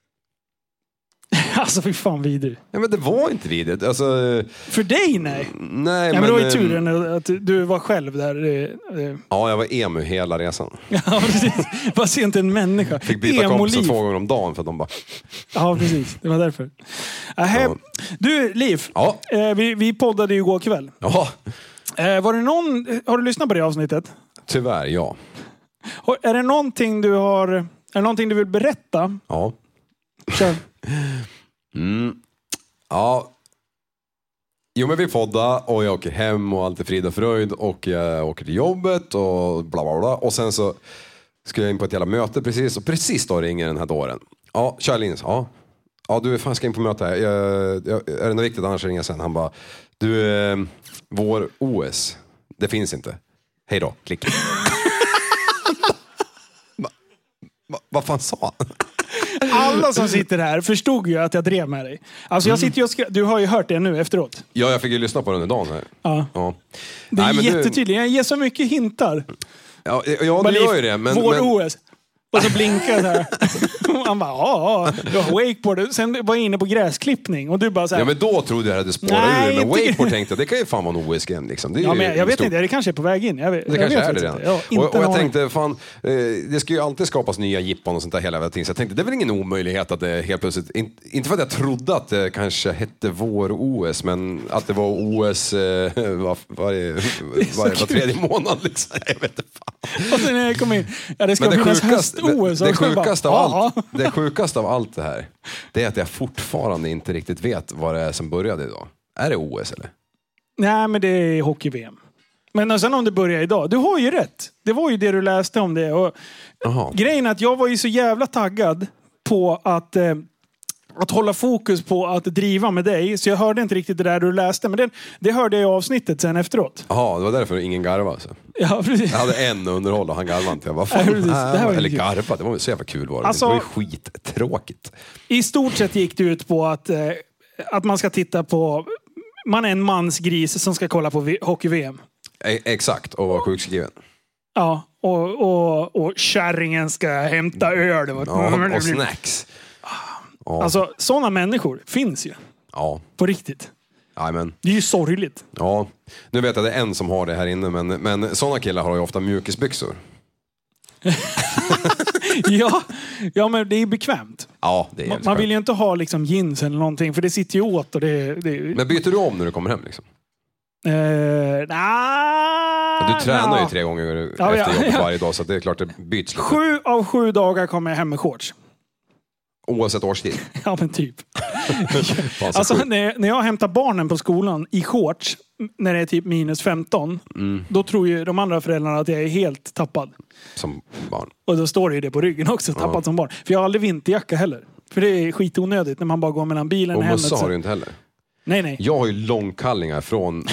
Speaker 4: Alltså fy fan vidrig.
Speaker 5: Ja, men det var inte vidrigt. Alltså,
Speaker 4: för dig nej.
Speaker 5: Nej,
Speaker 4: men det var ju turen att du var själv där.
Speaker 5: Ja, jag var emu hela resan.
Speaker 4: Ja, precis. Var sent en människa.
Speaker 5: Fick byta kompisar 2 gånger om dagen för att de bara...
Speaker 4: Ja, precis. Det var därför. Ja. Du, Liv.
Speaker 5: Ja.
Speaker 4: Vi poddade ju igår kväll.
Speaker 5: Ja.
Speaker 4: Var det någon... Har du lyssnat på det avsnittet?
Speaker 5: Tyvärr, ja.
Speaker 4: Är det någonting du har... Är det någonting du vill berätta?
Speaker 5: Ja.
Speaker 4: Kör.
Speaker 5: Ja. Jo, men vi poddar och jag åker hem och allt är frid och fröjd och jag åker till jobbet och bla bla bla. Och sen så ska jag in på ett jävla möte precis och precis då ringer den här dåren. Ja, Charlins, ja. Ja, du fan ska in på möte här. Är det något viktigt annars ringer jag sen. Han bara, du, vår OS, det finns inte. Hej då, klick. Vad fan sa han?
Speaker 4: Alla som sitter här förstod ju att jag drev med dig. Alltså jag sitter ju och du har ju hört det nu efteråt.
Speaker 5: Ja, jag fick ju lyssna på den under dagen här.
Speaker 4: Ja. Det är jättetydligt. Jag ger så mycket hintar.
Speaker 5: Ja, det gör ju det.
Speaker 4: Vår OS. Och så blinkar så här. Han bara, ja, du har wakeboard. Sen var jag inne på gräsklippning. Och du bara så här.
Speaker 5: Ja, men då trodde jag att det spårade ur. Men wakeboard tänkte jag, det kan ju fan vara en OS-gren liksom.
Speaker 4: Ja, men jag vet inte, det kanske är på väg in.
Speaker 5: Det kanske är det redan. Och jag tänkte, fan, det ska ju alltid skapas nya jippon och sånt där hela tiden. Så jag tänkte, det är väl ingen omöjlighet att det helt plötsligt, inte för att jag trodde att det kanske hette vår-OS, men att det var OS var tredje månad liksom. Jag vet inte fan.
Speaker 4: Och sen när jag kom in, det ska finnas höst-OS.
Speaker 5: Det sjukaste av allt det här, det är att jag fortfarande inte riktigt vet vad det är som började idag. Är det OS eller?
Speaker 4: Nej, men det är hockey-VM. Men sen om det börjar idag, du har ju rätt. Det var ju det du läste om det. Och grejen är att jag var ju så jävla taggad på att hålla fokus på att driva med dig. Så jag hörde inte riktigt det där du läste. Men det hörde jag i avsnittet sen efteråt.
Speaker 5: Jaha, det var därför ingen garva alltså.
Speaker 4: Ja, precis.
Speaker 5: Jag hade en underhåll och han garvade inte. Jag bara, fan, eller garva, det var så jävla kul var det.
Speaker 4: Alltså,
Speaker 5: det var ju skittråkigt.
Speaker 4: I stort sett gick det ut på att man ska titta på... Man är en mansgris som ska kolla på hockey-VM.
Speaker 5: Exakt, och var sjukskriven.
Speaker 4: Ja, och kärringen ska hämta öl.
Speaker 5: Ja, och snacks.
Speaker 4: Ja. Alltså, sådana människor finns ju.
Speaker 5: Ja.
Speaker 4: På riktigt.
Speaker 5: Amen.
Speaker 4: Det är ju sorgligt.
Speaker 5: Ja, nu vet jag att det är en som har det här inne, men sådana killar har ju ofta mjukisbyxor.
Speaker 4: ja, men det är bekvämt.
Speaker 5: Ja, det är
Speaker 4: man vill ju inte ha liksom jeans eller någonting, för det sitter ju åt. Och det...
Speaker 5: Men byter du om när du kommer hem liksom? Du tränar ju 3 gånger efter jobbet varje dag, så det är klart det byts lite.
Speaker 4: 7 av 7 dagar kommer jag hem med shorts.
Speaker 5: Oavsett årstid?
Speaker 4: Ja, men typ. Alltså när jag hämtar barnen på skolan i shorts, när det är typ -15, då tror ju de andra föräldrarna att jag är helt tappad.
Speaker 5: Som barn.
Speaker 4: Och då står det ju det på ryggen också, tappad som barn. För jag har aldrig vinterjacka heller. För det är skitonödigt när man bara går mellan bilen och hemmet.
Speaker 5: Och mössa har du inte heller?
Speaker 4: Nej.
Speaker 5: Jag har ju långkallingar från...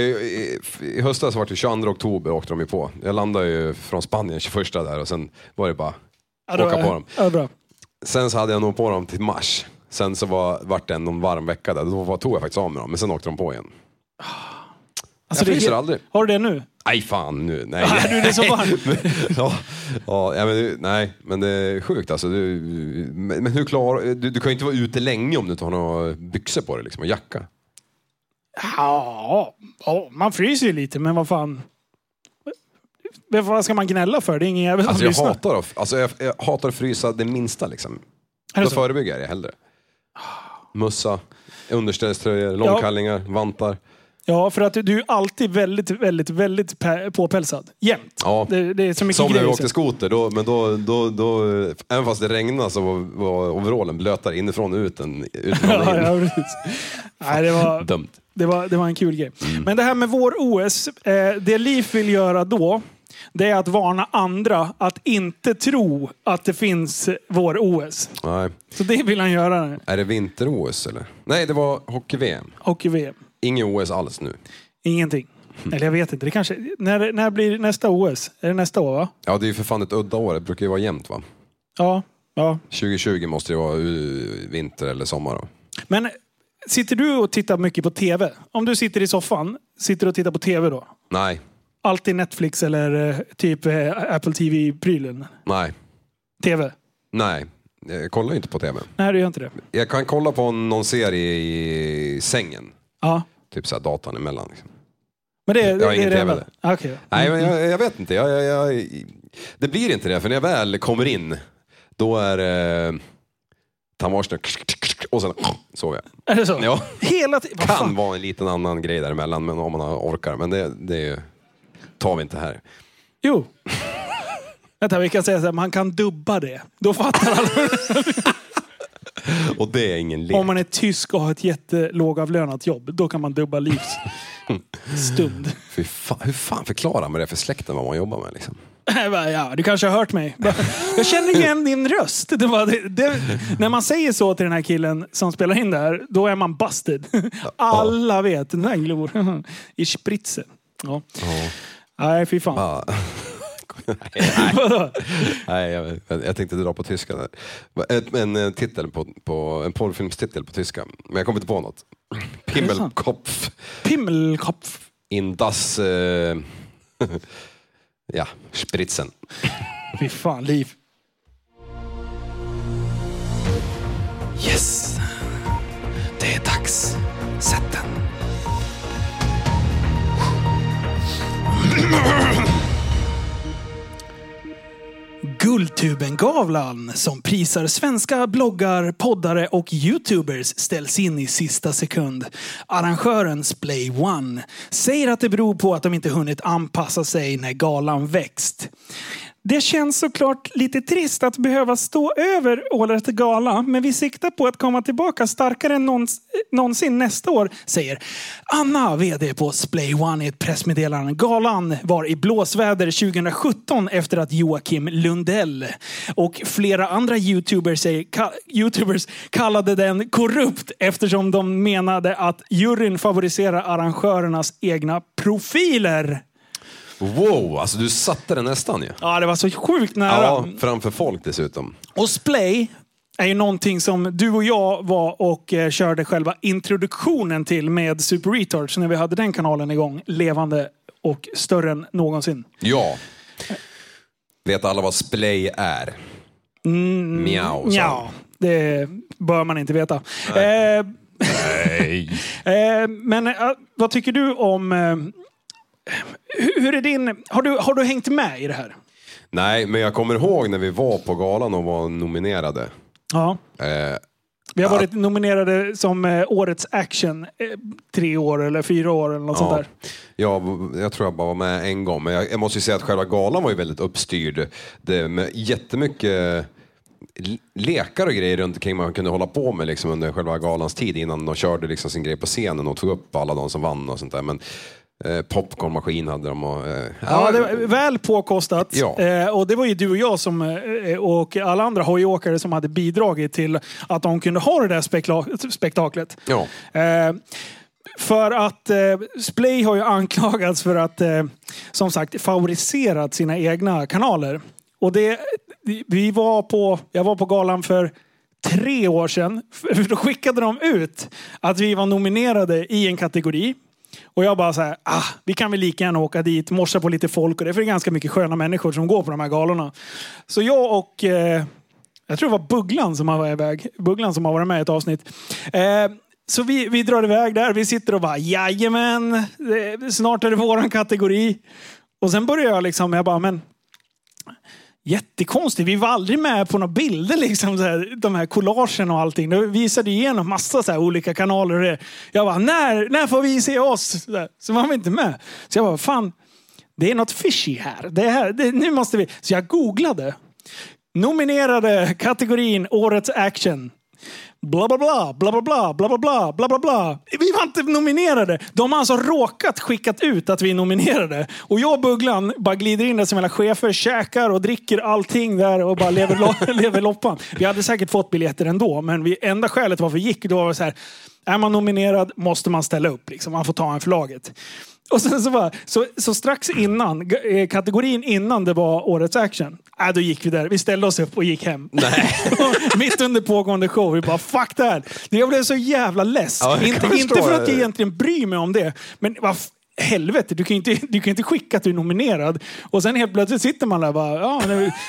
Speaker 5: I höstas var det 22 oktober åkte de ju på. Jag landade ju från Spanien 21 där och sen var det bara åka på dem.
Speaker 4: Ja, bra.
Speaker 5: Sen så hade jag nog på dem till mars. Sen så vart det någon varm vecka där. Då tog jag faktiskt av med dem. Men sen åkte de på igen.
Speaker 4: Alltså,
Speaker 5: jag fryser aldrig.
Speaker 4: Har du det nu?
Speaker 5: Nej fan nu. Nej.
Speaker 4: Du är det så varmt.
Speaker 5: Nej, men det är sjukt alltså. Men hur klarar du kan ju inte vara ute länge om du inte har några byxor på dig liksom, och jacka.
Speaker 4: Ja, man fryser ju lite, men vad fan. Vad ska man gnälla för? Det är ingen jävel som
Speaker 5: alltså,
Speaker 4: lyssnar.
Speaker 5: jag hatar att frysa det minsta liksom. Då förebygger jag det hellre. Mössa, underställströjor, långkallingar, vantar.
Speaker 4: Ja, för att du är alltid väldigt, väldigt, väldigt påpälsad. Jämt.
Speaker 5: Ja.
Speaker 4: Det är så mycket
Speaker 5: som när vi
Speaker 4: grejer.
Speaker 5: åkte skoter, då även fast det regnade så var overallen blötare inifrån och ut än
Speaker 4: ja, precis. Nej, det var
Speaker 5: dumt.
Speaker 4: Det var en kul grej. Men det här med vår OS, det Liv vill göra då, det är att varna andra att inte tro att det finns vår OS.
Speaker 5: Nej.
Speaker 4: Så det vill han göra nu.
Speaker 5: Är det vinter-OS eller? Nej, det var hockey-VM.
Speaker 4: Hockey-VM.
Speaker 5: Ingen OS alls nu.
Speaker 4: Ingenting. Eller jag vet inte. Det kanske, när blir nästa OS? Är det nästa år, va?
Speaker 5: Ja, det är ju för fan ett udda år. Det brukar ju vara jämnt, va?
Speaker 4: Ja.
Speaker 5: 2020 måste det vara vinter eller sommar då.
Speaker 4: Men sitter du och tittar mycket på tv? Om du sitter i soffan, sitter du och tittar på tv då?
Speaker 5: Nej.
Speaker 4: Alltid Netflix eller typ Apple TV-prylen?
Speaker 5: Nej.
Speaker 4: TV?
Speaker 5: Nej. Jag kollar inte på tv.
Speaker 4: Nej, du gör inte det.
Speaker 5: Jag kan kolla på någon serie i sängen.
Speaker 4: Ja.
Speaker 5: Typ såhär datan emellan. Liksom.
Speaker 4: Men det
Speaker 5: jag har ingen tv där.
Speaker 4: Okay.
Speaker 5: Nej, men jag vet inte. Det blir inte det. För när jag väl kommer in, då är tandborsten och sen sover jag.
Speaker 4: Är det så?
Speaker 5: Ja.
Speaker 4: Hela tiden?
Speaker 5: Kan vara en liten annan grej däremellan, men om man orkar. Men det tar vi inte här.
Speaker 4: Jo. Vänta, vi kan säga så här, man kan dubba det. Då fattar alla.
Speaker 5: Och det är ingen lek.
Speaker 4: Om man är tysk och har ett jättelågavlönat jobb, då kan man dubba livs stund.
Speaker 5: Hur fan förklarar man det för släkten vad man jobbar med liksom?
Speaker 4: Ja, du kanske har hört mig. Jag känner igen din röst. När man säger så till den här killen som spelar in det här, då är man busted. Alla vet, den här glor. I spritsen. Ja. Nej, fy fan.
Speaker 5: Nej, jag tänkte dra på tyska där. En titel på en porrfilmstitel på tyska. Men jag kommer inte på något.
Speaker 4: Pimmelkopf.
Speaker 5: In das ja, spritsen.
Speaker 4: Fy fan, Liv. Yes. Det är dags. Sätt den. Guldtuben-gavlan som prisar svenska bloggar, poddare och YouTubers ställs in i sista sekund. Arrangören Splay One säger att det beror på att de inte hunnit anpassa sig när galan växt. Det känns såklart lite trist att behöva stå över årets gala, men vi siktar på att komma tillbaka starkare än någonsin nästa år, säger Anna, vd på Splay One i ett pressmeddelande. Galan var i blåsväder 2017 efter att Joakim Lundell och flera andra YouTubers kallade den korrupt eftersom de menade att juryn favoriserar arrangörernas egna profiler.
Speaker 5: Wow, alltså du satte den nästan ju.
Speaker 4: Ja, det var så sjukt nära.
Speaker 5: Ja, framför folk dessutom.
Speaker 4: Och Splay är ju någonting som du och jag var och körde själva introduktionen till med Super Retards när vi hade den kanalen igång, levande och större än någonsin.
Speaker 5: Ja. Vet alla vad Splay är? Miau.
Speaker 4: Ja, det bör man inte veta.
Speaker 5: Nej.
Speaker 4: Men vad tycker du om... Hur är din... Har du hängt med i det här?
Speaker 5: Nej, men jag kommer ihåg när vi var på galan och var nominerade.
Speaker 4: Ja. Vi har varit nominerade som årets action 3 år eller 4 år eller något sånt där.
Speaker 5: Jag tror jag bara var med en gång. Men jag måste ju säga att själva galan var ju väldigt uppstyrd. Det med jättemycket lekar och grejer runt omkring man kunde hålla på med liksom under själva galans tid innan de körde liksom sin grej på scenen och tog upp alla de som vann och sånt där. Men Popcornmaskin hade de. Och,
Speaker 4: ja, det var väl påkostat.
Speaker 5: Ja.
Speaker 4: Och det var ju du och jag som, och alla andra hojåkare som hade bidragit till att de kunde ha det där spektaklet.
Speaker 5: Ja.
Speaker 4: För att Splay har ju anklagats för att, som sagt, favoriserat sina egna kanaler. Och jag var på galan för 3 år sedan. Då skickade de ut att vi var nominerade i en kategori. Och jag bara så här, vi kan väl lika gärna åka dit, morsa på lite folk. Och det är för ganska mycket sköna människor som går på de här galorna. Så jag och, jag tror det var Bugglan som har varit iväg. Bugglan som har varit med i ett avsnitt. Så vi drar iväg där. Vi sitter och bara, jajamän, snart är det våran kategori. Och sen börjar jag bara, men jättekonstigt. Vi var aldrig med på några bilder liksom, så här, de här collagen och allting. Då visade igenom massa så här olika kanaler. Jag bara, när får vi se oss? Så var vi inte med. Så jag bara, fan, det är något fishy här. Nu måste vi. Så jag googlade. Nominerade kategorin Årets Action. Bla bla bla, bla bla bla, bla bla bla, bla bla bla. Vi var inte nominerade. De har alltså råkat skickat ut att vi är nominerade. Och jag och Bugglan bara glider in där som hela chefer, käkar och dricker allting där och bara lever loppan. Vi hade säkert fått biljetter ändå, men enda skälet varför vi gick då var så här, är man nominerad måste man ställa upp liksom. Man får ta en för laget. Och sen så strax innan, kategorin innan det var Årets Action, då gick vi där. Vi ställde oss upp och gick hem.
Speaker 5: Nej.
Speaker 4: Mitt under pågående show. Vi bara, fuck det här. Jag blev så jävla less.
Speaker 5: Ja,
Speaker 4: inte för att jag egentligen bryr mig om det. Men helvete, du kan inte skicka att du är nominerad. Och sen helt plötsligt sitter man där och bara,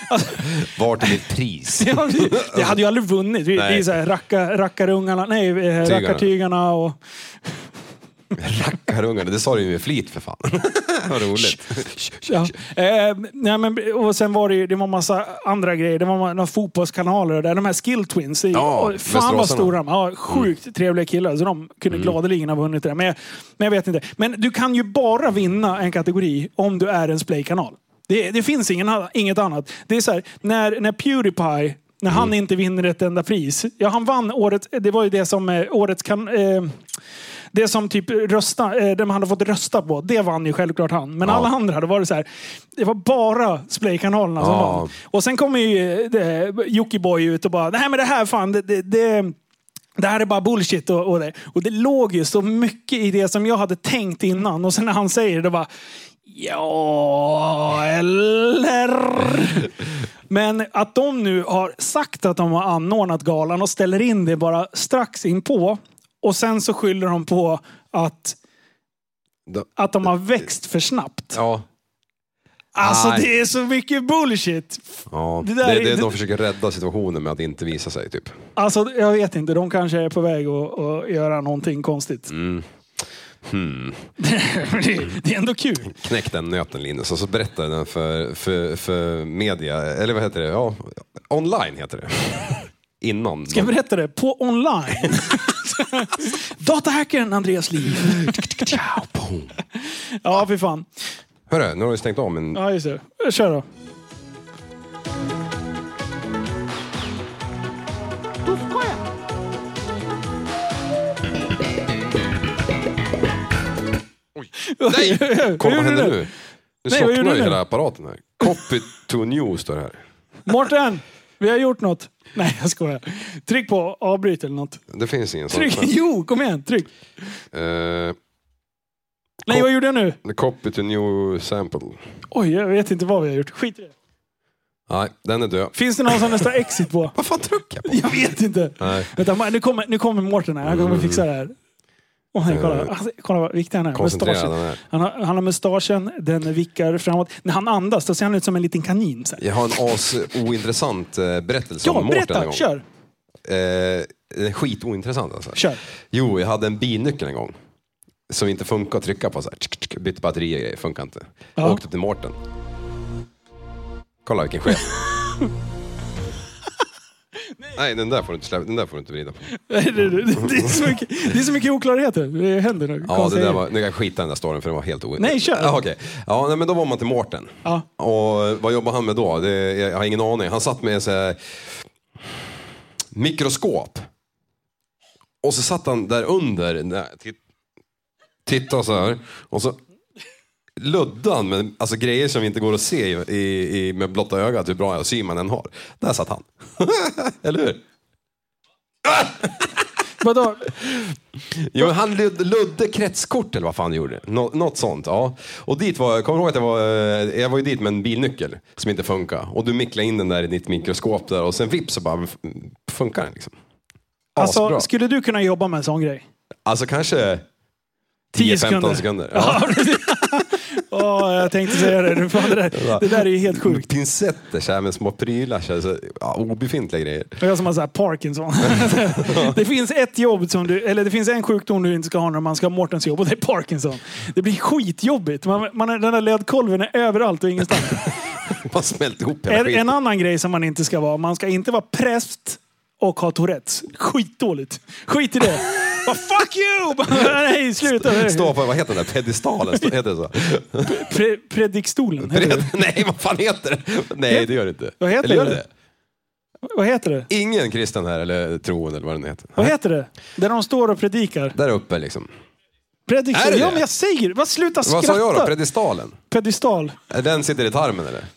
Speaker 5: vart är mitt pris?
Speaker 4: Det hade ju aldrig vunnit. Det är så här rackarungarna, rackartygarna och...
Speaker 5: Rackarungarna, det sa du ju med flit för fan. Vad roligt.
Speaker 4: Ja. Nej, men, och sen var det var massa andra grejer. Det var några fotbollskanaler där. De här Skill Twins. Fan vad stora. Ja, sjukt trevliga killar. Så de kunde gladeligen ha vunnit det. Men jag vet inte. Men du kan ju bara vinna en kategori om du är en Splay-kanal. Det finns inget annat. Det är så här, när PewDiePie, när han inte vinner ett enda pris. Ja, han vann året. Det var ju det som årets det som typ de hade fått rösta på, det vann ju självklart han. Men alla andra hade varit så här, det var bara Splay-kanalerna som vann. Och sen kommer ju Jockiboi ut och bara, nej men det här fan, det här är bara bullshit och det låg ju så mycket i det som jag hade tänkt innan. Och sen när han säger det bara, ja, eller... Men att de nu har sagt att de har anordnat galan och ställer in det bara strax in på. Och sen så skyller de på att de har växt för snabbt.
Speaker 5: Ja.
Speaker 4: Alltså det är så mycket bullshit.
Speaker 5: Ja. De försöker rädda situationen med att inte visa sig typ.
Speaker 4: Alltså jag vet inte, de kanske är på väg att göra någonting konstigt. Det är ändå kul.
Speaker 5: Knäck den nöten, Linus, och så berättar den för media, eller vad heter det? Ja, online heter det. Innan.
Speaker 4: Ska jag berätta det? På online. Datahackern Andreas Liv. Ja, för fan.
Speaker 5: Hörru, nu har vi stängt av men...
Speaker 4: Ja, just det. Kör då.
Speaker 5: Oj. Nej! Kolla vad händer nu. Nu slocknar ju hela apparaten här. Copy to news står det här.
Speaker 4: Mårten! Vi har gjort något. Nej, jag skojar. Tryck på avbryt eller något.
Speaker 5: Det finns ingen sån.
Speaker 4: Jo, kom igen. Tryck. Nej, vad gjorde jag nu?
Speaker 5: Copy to new sample.
Speaker 4: Oj, jag vet inte vad vi har gjort. Skit i det.
Speaker 5: Nej, den är död.
Speaker 4: Finns det någon som nästa exit på?
Speaker 5: Vad fan trycker jag på?
Speaker 4: Jag vet inte.
Speaker 5: Nej.
Speaker 4: Vänta, nu kommer Mårten här. Han kommer fixa det här. Kolla vad viktig han är.
Speaker 5: Koncentrerad
Speaker 4: han har mustaschen, den vickar framåt. När han andas, då ser han ut som en liten kanin. Så.
Speaker 5: Jag har en ointressant berättelse om Mårten en gång.
Speaker 4: Kör.
Speaker 5: Skitointressant alltså.
Speaker 4: Kör.
Speaker 5: Jo, jag hade en bilnyckel en gång. Som inte funkar att trycka på så här. Bytte batterier och grejer, funkar inte. Ja. Åkte till Mårten. Kolla vilken chef. Nej, den där får du inte släppa, den där får du inte vrida på.
Speaker 4: Det är så mycket oklarheter. Det händer nu.
Speaker 5: Ja, det där var, nu kan jag skita den där storyn för den var helt
Speaker 4: Nej, kör.
Speaker 5: Ja, okej. Ja, nej, men då var man till Mårten.
Speaker 4: Ja.
Speaker 5: Och vad jobbar han med då? Jag har ingen aning. Han satt med en så här mikroskop. Och så satt han där under. Tittade så här. Och så luddan, men alltså grejer som inte går att se med blotta ögat hur bra syn man än har. Där satt han. Eller hur?
Speaker 4: Vadå?
Speaker 5: Jo, han ludde kretskort eller vad fan gjorde. Något sånt, ja. Och dit var, kommer du ihåg att jag var ju dit med en bilnyckel som inte funkar. Och du micklade in den där i ditt mikroskop där och sen vips så bara funkar den liksom.
Speaker 4: Alltså, skulle du kunna jobba med en sån grej?
Speaker 5: Alltså kanske 10-15 sekunder. Ja.
Speaker 4: Jag tänkte säga det. Det där är ju helt sjukt.
Speaker 5: Pincetter så här med små prylar. Så här, obefintliga grejer.
Speaker 4: Jag som har så här Parkinson. Det finns ett jobb som det finns en sjukdom du inte ska ha när man ska ha Mårtens jobb och det är Parkinson. Det blir skitjobbigt. Den där ledkolven är överallt och ingenstans.
Speaker 5: Man smälter ihop hela skiten.
Speaker 4: En annan grej som man inte ska vara. Man ska inte vara präst och ha Tourettes. Skitdåligt. Skit i det. Fuck you! Nej, sluta.
Speaker 5: Stå på, vad heter den där? Pedestalen? Heter det så?
Speaker 4: Predikstolen.
Speaker 5: Nej, vad fan heter det? Nej, det gör det inte.
Speaker 4: Vad heter det? Vad heter det?
Speaker 5: Ingen kristen här, eller troende, eller vad den heter.
Speaker 4: Vad heter det? Där de står och predikar.
Speaker 5: Där uppe liksom.
Speaker 4: Predikstolen. Ja, men jag säger. Vad sluta skratta.
Speaker 5: Vad sa jag då? Pedestalen?
Speaker 4: Pedestal.
Speaker 5: Den sitter i tarmen, eller?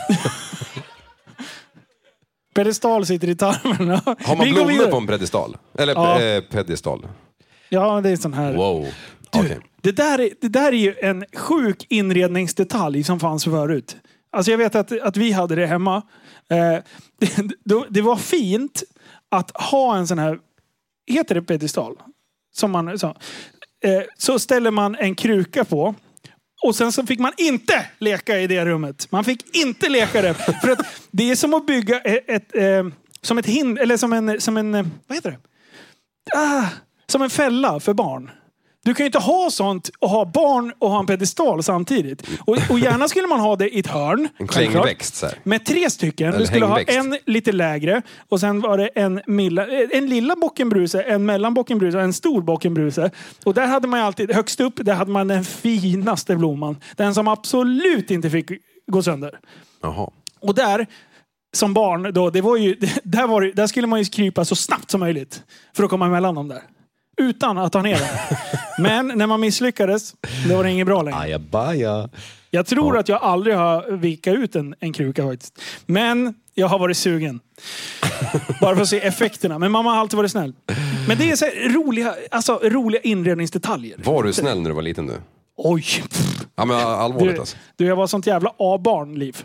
Speaker 4: Pedestal sitter i tarmen.
Speaker 5: Har man blommor på en pedestal? Eller pedestal?
Speaker 4: Ja, det är sån här.
Speaker 5: Wow.
Speaker 4: Du, det där är ju en sjuk inredningsdetalj som fanns förut. Alltså jag vet att vi hade det hemma. Det var fint att ha en sån här, heter det pedestal? Som man så ställer man en kruka på. Och sen så fick man inte leka i det rummet. Man fick inte leka det. För att det är som att bygga som ett hinder, eller som en vad heter det? Som en fälla för barn. Du kan ju inte ha sånt och ha barn och ha en pedestal samtidigt. Och gärna skulle man ha det i ett hörn.
Speaker 5: En klängväxt så här.
Speaker 4: Med 3 stycken. Eller du skulle ha en lite lägre. Och sen var det en lilla bockenbruse, en mellanbockenbruse och en stor bockenbruse. Och där hade man ju alltid, högst upp, där hade man den finaste blomman. Den som absolut inte fick gå sönder.
Speaker 5: Jaha.
Speaker 4: Och där, som barn då, det var ju, där skulle man ju krypa så snabbt som möjligt. För att komma emellan dem där. Utan att ta ner den. Men när man misslyckades, då var det inget bra längre.
Speaker 5: Ajabaja.
Speaker 4: Jag tror att jag aldrig har vikat ut en kruka faktiskt. Men jag har varit sugen. Bara för att se effekterna. Men mamma har alltid varit snäll. Men det är så här roliga inredningsdetaljer.
Speaker 5: Var du snäll när du var liten nu?
Speaker 4: Oj.
Speaker 5: Ja, men allvarligt alltså.
Speaker 4: Jag var sånt jävla A-barnliv.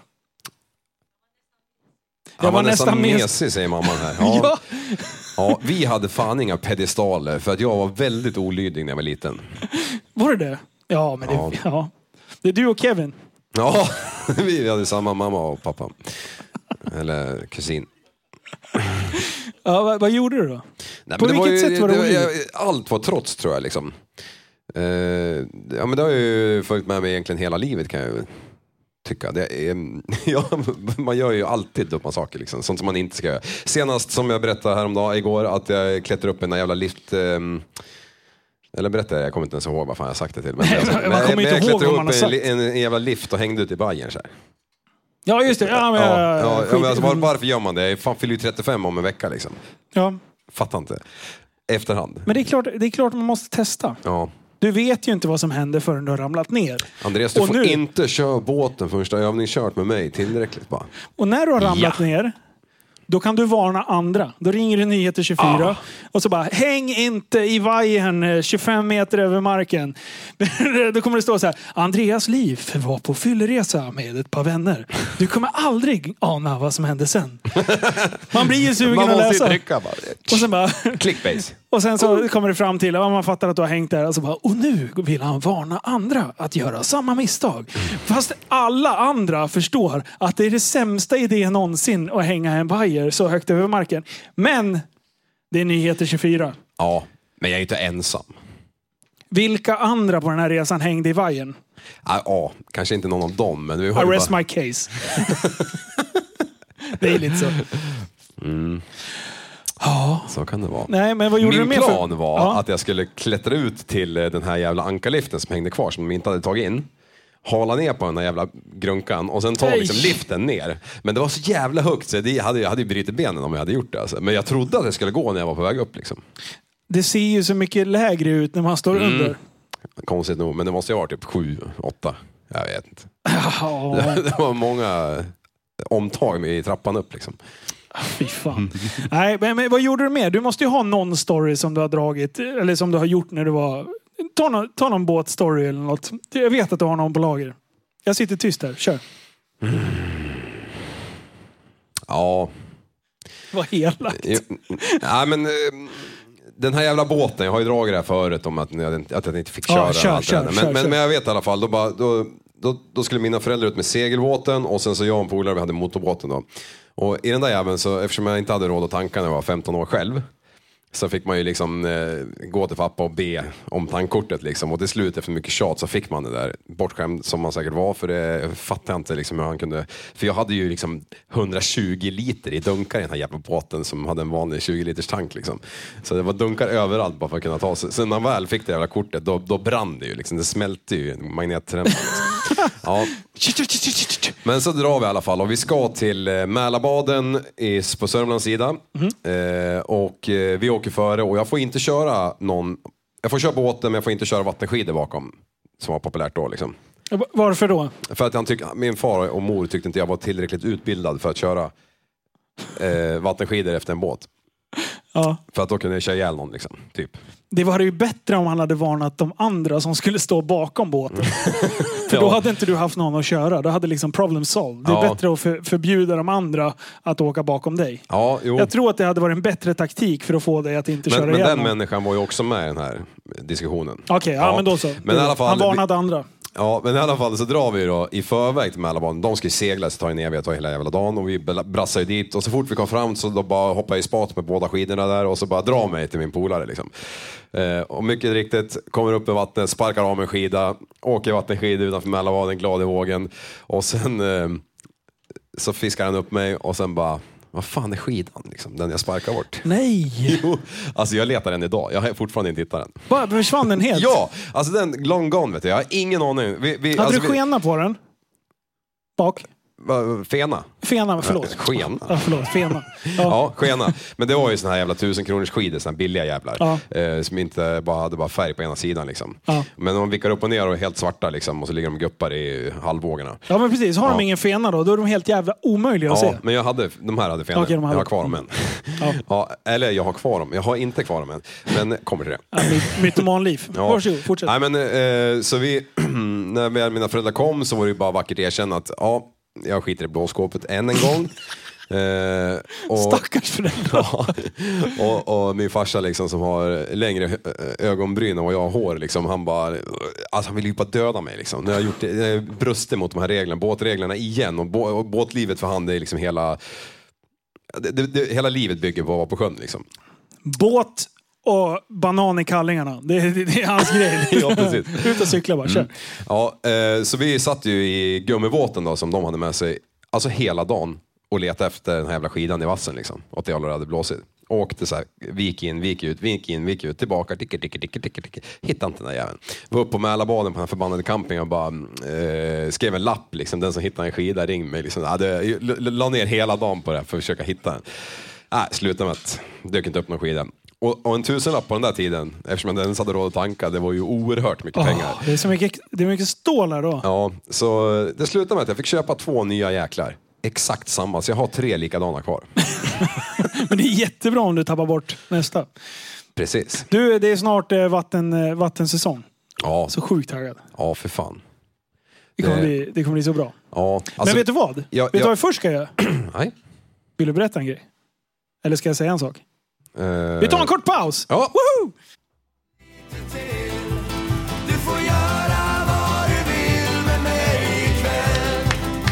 Speaker 5: Jag var nästan mesig, säger mamman här.
Speaker 4: Ja.
Speaker 5: Ja, vi hade fan inga pedestaler för att jag var väldigt olydig när jag var liten.
Speaker 4: Var det? Ja, men det är du och Kevin.
Speaker 5: Ja, vi hade samma mamma och pappa. Eller kusin.
Speaker 4: Ja, vad gjorde du då?
Speaker 5: Nej,
Speaker 4: på vilket sätt var det olydigt?
Speaker 5: Allt var trots, tror jag liksom. Ja, men det har ju följt med mig egentligen hela livet, kan jag ju tycka. Man gör ju alltid dumma saker liksom, sånt som man inte ska göra. Senast som jag berättade häromdagen igår, att jag klättrar upp en jävla lift. Eller berättade jag kommer inte ens ihåg vad fan jag sagt det till. Men jag klättrade upp en jävla lift och hängde ut i Bayern så här.
Speaker 4: Ja, just det.
Speaker 5: Men alltså, varför gör man det? Jag fan fyller ju 35 om en vecka liksom.
Speaker 4: Ja.
Speaker 5: Fattar inte. Efterhand.
Speaker 4: Men det är klart man måste testa.
Speaker 5: Ja.
Speaker 4: Du vet ju inte vad som händer förrän du har ramlat ner.
Speaker 5: Andreas, du får inte köra båten förrän du har övningskört med mig tillräckligt bara. Och
Speaker 4: när du har ramlat ner, då kan du varna andra. Då ringer du Nyheter 24 och så bara, häng inte i vajern 25 meter över marken. Då kommer det stå så här, Andreas liv var på fylleresa med ett par vänner. Du kommer aldrig ana vad som hände sen. Man blir ju sugen att läsa. Man måste
Speaker 5: trycka bara.
Speaker 4: Och sen bara
Speaker 5: clickbase.
Speaker 4: Och sen så kommer det fram till att man fattar att du har hängt där och så bara, och nu vill han varna andra att göra samma misstag. Fast alla andra förstår att det är det sämsta idén någonsin att hänga en vajer så högt över marken. Men det är Nyheter 24.
Speaker 5: Ja, men jag är inte ensam.
Speaker 4: Vilka andra på den här resan hängde i vajern?
Speaker 5: Ja, kanske inte någon av dem, men vi har
Speaker 4: Arrest my case. Det är lite så.
Speaker 5: Mm.
Speaker 4: Ja.
Speaker 5: Så kan det vara.
Speaker 4: Nej, men vad gjorde
Speaker 5: Min
Speaker 4: du med
Speaker 5: plan var att jag skulle klättra ut till den här jävla ankarliften som hängde kvar, som de inte hade tagit in. Hala ner på den här jävla grunkan och sen ta liksom liften ner. Men det var så jävla högt så jag hade ju brutit benen om jag hade gjort det. Alltså. Men jag trodde att det skulle gå när jag var på väg upp. Liksom.
Speaker 4: Det ser ju så mycket lägre ut när man står under.
Speaker 5: Konstigt nog, men det måste ju ha varit typ 7-8. Jag vet inte.
Speaker 4: Ja,
Speaker 5: Det var många omtag i trappan upp liksom.
Speaker 4: fy fan. Nej, men vad gjorde du mer? Du måste ju ha någon story som du har dragit, eller som du har gjort när du var... Ta någon båtstory eller något. Jag vet att du har någon på lager. Jag sitter tyst här, kör.
Speaker 5: Ja.
Speaker 4: Vad elakt.
Speaker 5: Nej, men den här jävla båten, jag har ju dragit det här förut om att jag inte fick köra.
Speaker 4: Kör.
Speaker 5: Men jag vet i alla fall, då skulle mina föräldrar ut med segelbåten och sen så jag och en polare, vi hade motorbåten då. Och i den där jäveln, så eftersom jag inte hade råd att tanka när jag var 15 år själv, så fick man ju liksom gå till pappa och be om tankkortet liksom. Och till slut efter mycket tjat så fick man det där. Bortskämd som man säkert var, för det fattade jag inte liksom hur han kunde. För jag hade ju liksom 120 liter i dunkar i den här jävla båten som hade en vanlig 20 liters tank liksom. Så det var dunkar överallt bara för att kunna ta sig. Sen när man väl fick det jävla kortet, då brann det ju liksom. Det smälte ju magnetrempan liksom. Ja. Men så drar vi i alla fall och vi ska till Mälarbaden på Sörmlands sida. Och vi åker före och jag får inte köra jag får köra båten men jag får inte köra vattenskidor bakom, som var populärt då liksom.
Speaker 4: Varför då?
Speaker 5: För att min far och mor tyckte inte jag var tillräckligt utbildad för att köra vattenskidor efter en båt.
Speaker 4: Ja.
Speaker 5: För att då kunde jag köra ihjäl någon liksom, typ.
Speaker 4: Det var ju bättre om han hade varnat de andra som skulle stå bakom båten. För då hade inte du haft någon att köra. Då hade liksom problem solved. Det är bättre att förbjuda de andra att åka bakom dig.
Speaker 5: Ja, jo.
Speaker 4: Jag tror att det hade varit en bättre taktik för att få dig att inte köra igen.
Speaker 5: Men den människan var ju också med i den här diskussionen.
Speaker 4: Okej, men då så.
Speaker 5: Men i alla fall,
Speaker 4: han varnade andra.
Speaker 5: Ja, men i alla fall så drar vi då i förväg till Mälarbaden. De ska ju segla, så tar en evighet och hela jävla dagen. Och vi brassar ju dit. Och så fort vi kom fram så då bara hoppar jag i spat med båda skidorna där. Och så bara drar mig till min polare liksom. Och mycket riktigt kommer upp i vattnet, sparkar av en skida. Åker vattenskidor utanför Mälarbaden, glad i vågen. Och sen så fiskar han upp mig och sen bara... Vad fan är skidan liksom? Den jag sparkar bort.
Speaker 4: Nej!
Speaker 5: Jo, alltså jag letar den idag. Jag har fortfarande inte hittat den.
Speaker 4: Bara försvann den helt?
Speaker 5: Ja, alltså den long gone vet jag. Jag har ingen aning.
Speaker 4: Hade du skena på den? Bak?
Speaker 5: Fena?
Speaker 4: Fena, förlåt.
Speaker 5: Skena?
Speaker 4: Ja, förlåt, fena.
Speaker 5: Ja, skena. Men det var ju såna här jävla 1000 kronors skidor, såna här billiga jävlar. Som inte bara hade färg på ena sidan liksom. Men om man vickar upp och ner och är helt svarta liksom, och så ligger de guppar i halvvågorna.
Speaker 4: Ja, men precis. Har de ingen fena då är de helt jävla omöjliga att se.
Speaker 5: Men de här hade fena. Jag har kvar dem än. Eller jag har kvar dem. Jag har inte kvar dem än. Men kommer till det.
Speaker 4: Mytomanliv. Varsågod, fortsätt.
Speaker 5: Nej, men, så när mina föräldrar kom så var det ju bara vackert erkänna att jag skiter i blåskåpet än en gång.
Speaker 4: Stackars föräldrar.
Speaker 5: Och min farsa liksom, som har längre ögonbryn och jag har hår liksom, han bara, alltså han vill ju bara döda mig liksom. När jag har gjort det, brustit mot de här reglerna, båtreglerna igen, och båtlivet för han, det är liksom hela livet bygger på att vara på sjön liksom.
Speaker 4: Båt och banan i kallingarna. Det är hans grej.
Speaker 5: Ja, precis.
Speaker 4: Ut och cykla bara, kör.
Speaker 5: Ja, så vi satt ju i gummibåten då, som de hade med sig, alltså hela dagen, och letade efter den här jävla skidan i vassen liksom. Och det hade blåsit. Åkte så här, vik in, vik ut, tillbaka, ticker. Hittade inte den där jäveln. Var upp på Mälarbaden på den här förbannade campingen och bara skrev en lapp liksom. Den som hittade en skida ringde mig liksom. La ner hela dagen på det för att försöka hitta den. Slutade med att dök inte upp någon skida. Och en 1000-lapp på den där tiden, eftersom jag ens hade råd att tanka, det var ju oerhört mycket pengar.
Speaker 4: Det är mycket stål här då.
Speaker 5: Ja, så det slutade med att jag fick köpa 2 nya jäklar. Exakt samma, så jag har 3 likadana kvar.
Speaker 4: Men det är jättebra om du tappar bort nästa.
Speaker 5: Precis.
Speaker 4: Du, det är snart vattensäsong.
Speaker 5: Ja.
Speaker 4: Så sjukt taggad.
Speaker 5: Ja, för fan.
Speaker 4: Det kommer bli så bra.
Speaker 5: Ja, alltså,
Speaker 4: men vet du vad? Vet du vad jag först ska göra?
Speaker 5: Nej.
Speaker 4: Vill du berätta en grej? Eller ska jag säga en sak? Vi tar en kort paus!
Speaker 5: Ja.
Speaker 4: Woohoo!
Speaker 1: Du får göra vad du vill med mig ikväll.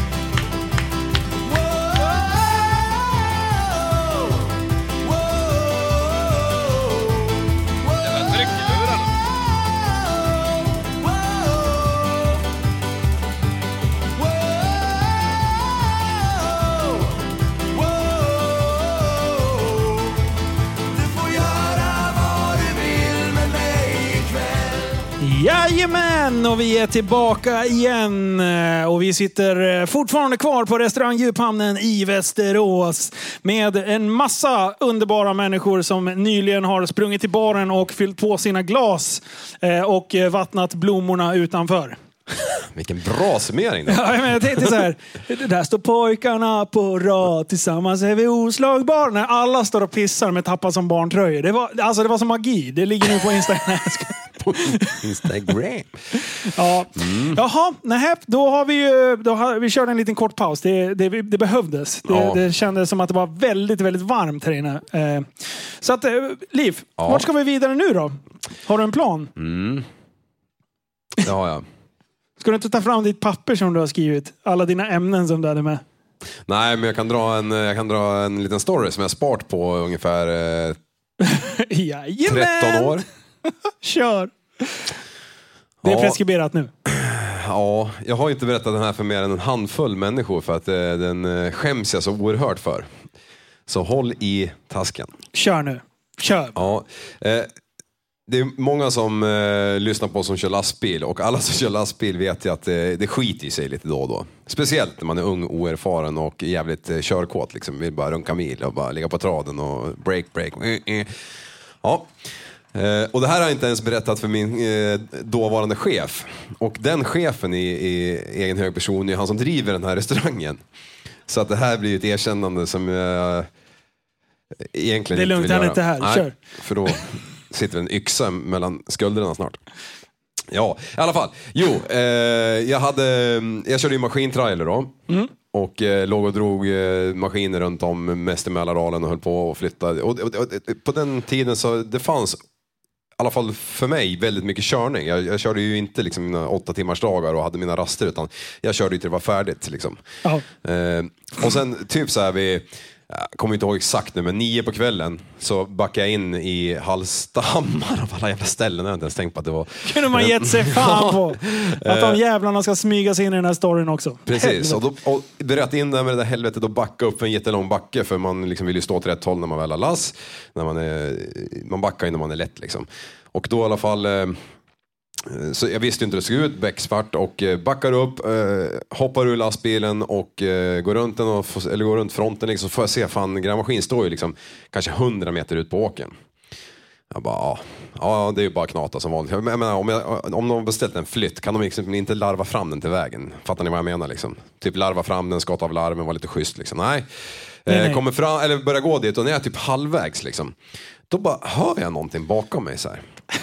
Speaker 4: Jajamän, och vi är tillbaka igen. Och vi sitter fortfarande kvar på restaurang Djuphamnen i Västerås med en massa underbara människor som nyligen har sprungit till baren och fyllt på sina glas och vattnat blommorna utanför.
Speaker 5: Vilken bra summering då.
Speaker 4: Ja, men jag tänkte så här. Där står pojkarna på rad. Tillsammans är vi oslagbara. När alla står och pissar med tappa som barntröjor. Det var som magi. Det ligger nu på Instagram.
Speaker 5: På Instagram.
Speaker 4: Ja. Jaha, nej, då har vi kört en liten kort paus. Det behövdes. Det kändes som att det var väldigt, väldigt varmt här inne. Så att, Liv, vart ska vi vidare nu då? Har du en plan?
Speaker 5: Det har jag.
Speaker 4: Ska du inte ta fram ditt papper som du har skrivit? Alla dina ämnen som du hade med.
Speaker 5: Nej, men jag kan dra en liten story som jag sparat på ungefär 13 år.
Speaker 4: Kör! Det är preskriberat nu.
Speaker 5: Ja, jag har inte berättat den här för mer än en handfull människor för att den skäms jag så oerhört för. Så håll i tasken.
Speaker 4: Kör nu. Kör.
Speaker 5: Ja, det är många som lyssnar på som kör lastbil, och alla som kör lastbil vet ju att det skiter i sig lite då och då. Speciellt när man är ung, oerfaren och jävligt körkåt liksom. Vill bara runka mil och bara ligga på traden och break. Ja. Och det här har jag inte ens berättat för min dåvarande chef. Och den chefen i egen hög person är han som driver den här restaurangen. Så att det här blir ett erkännande som jag egentligen
Speaker 4: inte vill göra. Det är lugnt, han är inte här. Kör.
Speaker 5: För då sitter en yxa mellan skulderna snart. Ja, i alla fall. Jo, jag körde ju maskintrailer då. Och låg och drog maskiner runt om mest i Mälardalen och höll på och flyttade. Och på den tiden så det fanns, i alla fall för mig, väldigt mycket körning. Jag körde ju inte liksom mina 8 timmars dagar och hade mina raster, utan jag körde ju till det var färdigt liksom. Och sen typ så här jag kommer inte ihåg exakt nu, men 9 på kvällen så backade jag in i Hallstahammar av alla jävla ställen. Jag hade inte ens tänkt på att det var...
Speaker 4: Kunde man gett sig fan på att de jävlarna ska smyga sig in i den här storyn också.
Speaker 5: Precis, och berätta in där med det där helvetet och backa upp en jättelång backe, för man liksom vill ju stå till rätt håll när man väl har lass. Man backar in när man är lätt liksom. Och då i alla fall... Så jag visste inte hur det såg ut, becksvart, och backar upp, hoppar ur lastbilen och går runt den eller går runt fronten liksom, så får jag se fan grävmaskin står ju liksom kanske 100 meter ut på åkern. Jag bara, ja det är ju bara knata som vanligt. Jag menar, om de har beställt en flytt, kan de liksom inte larva fram den till vägen? Fattar ni vad jag menar liksom? Typ larva fram den, skott av larmen, var lite schysst liksom. Nej. Kommer fram, eller börjar gå dit och när jag är typ halvvägs liksom, då bara hör jag någonting bakom mig så här.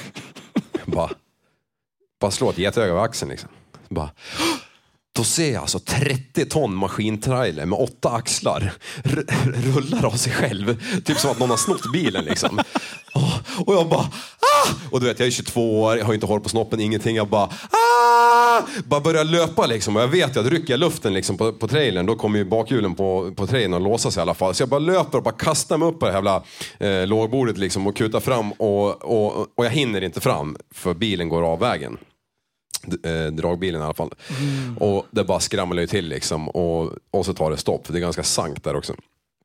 Speaker 5: Bara slå ett getöga över axeln liksom. Bara, då ser jag alltså 30 ton maskintrailer med 8 axlar rullar av sig själv. Typ som att någon har snott bilen liksom. Och jag bara, och du vet, jag är 22 år, jag har inte hår på snoppen, ingenting. Jag bara, bara börjar löpa liksom. Och jag vet att rycker jag luften liksom på trailern, då kommer ju bakhjulen på trailern att låsa sig i alla fall. Så jag bara löper och bara kastar mig upp på det här jävla lågbordet liksom och kutar fram. Och jag hinner inte fram, för bilen går av vägen. Dragbilen i alla fall. Och det bara skramlar ju till liksom. Och så tar det stopp, för det är ganska sankt där också.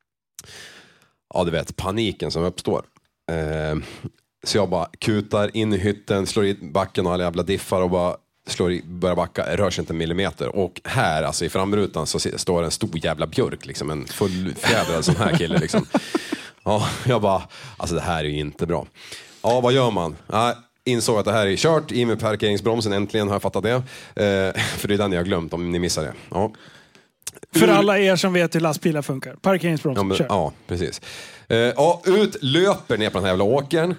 Speaker 5: Ja, du vet, paniken som uppstår. Så jag bara kutar in i hytten, slår i backen och alla jävla diffar och bara börjar backa, rör sig inte en millimeter. Och här, alltså i framrutan, så står en stor jävla björk liksom, en fullfjädrad sån här kille liksom. Ja, jag bara, alltså det här är ju inte bra. Ja, vad gör man? Insåg att det här är kört i med parkeringsbromsen, äntligen har jag fattat det. För det är den jag har glömt, om ni missar det. Ja.
Speaker 4: För alla er som vet hur lastbilar funkar. Parkeringsbromsen, kör.
Speaker 5: Ja, precis. Löper ner på den här jävla åkern.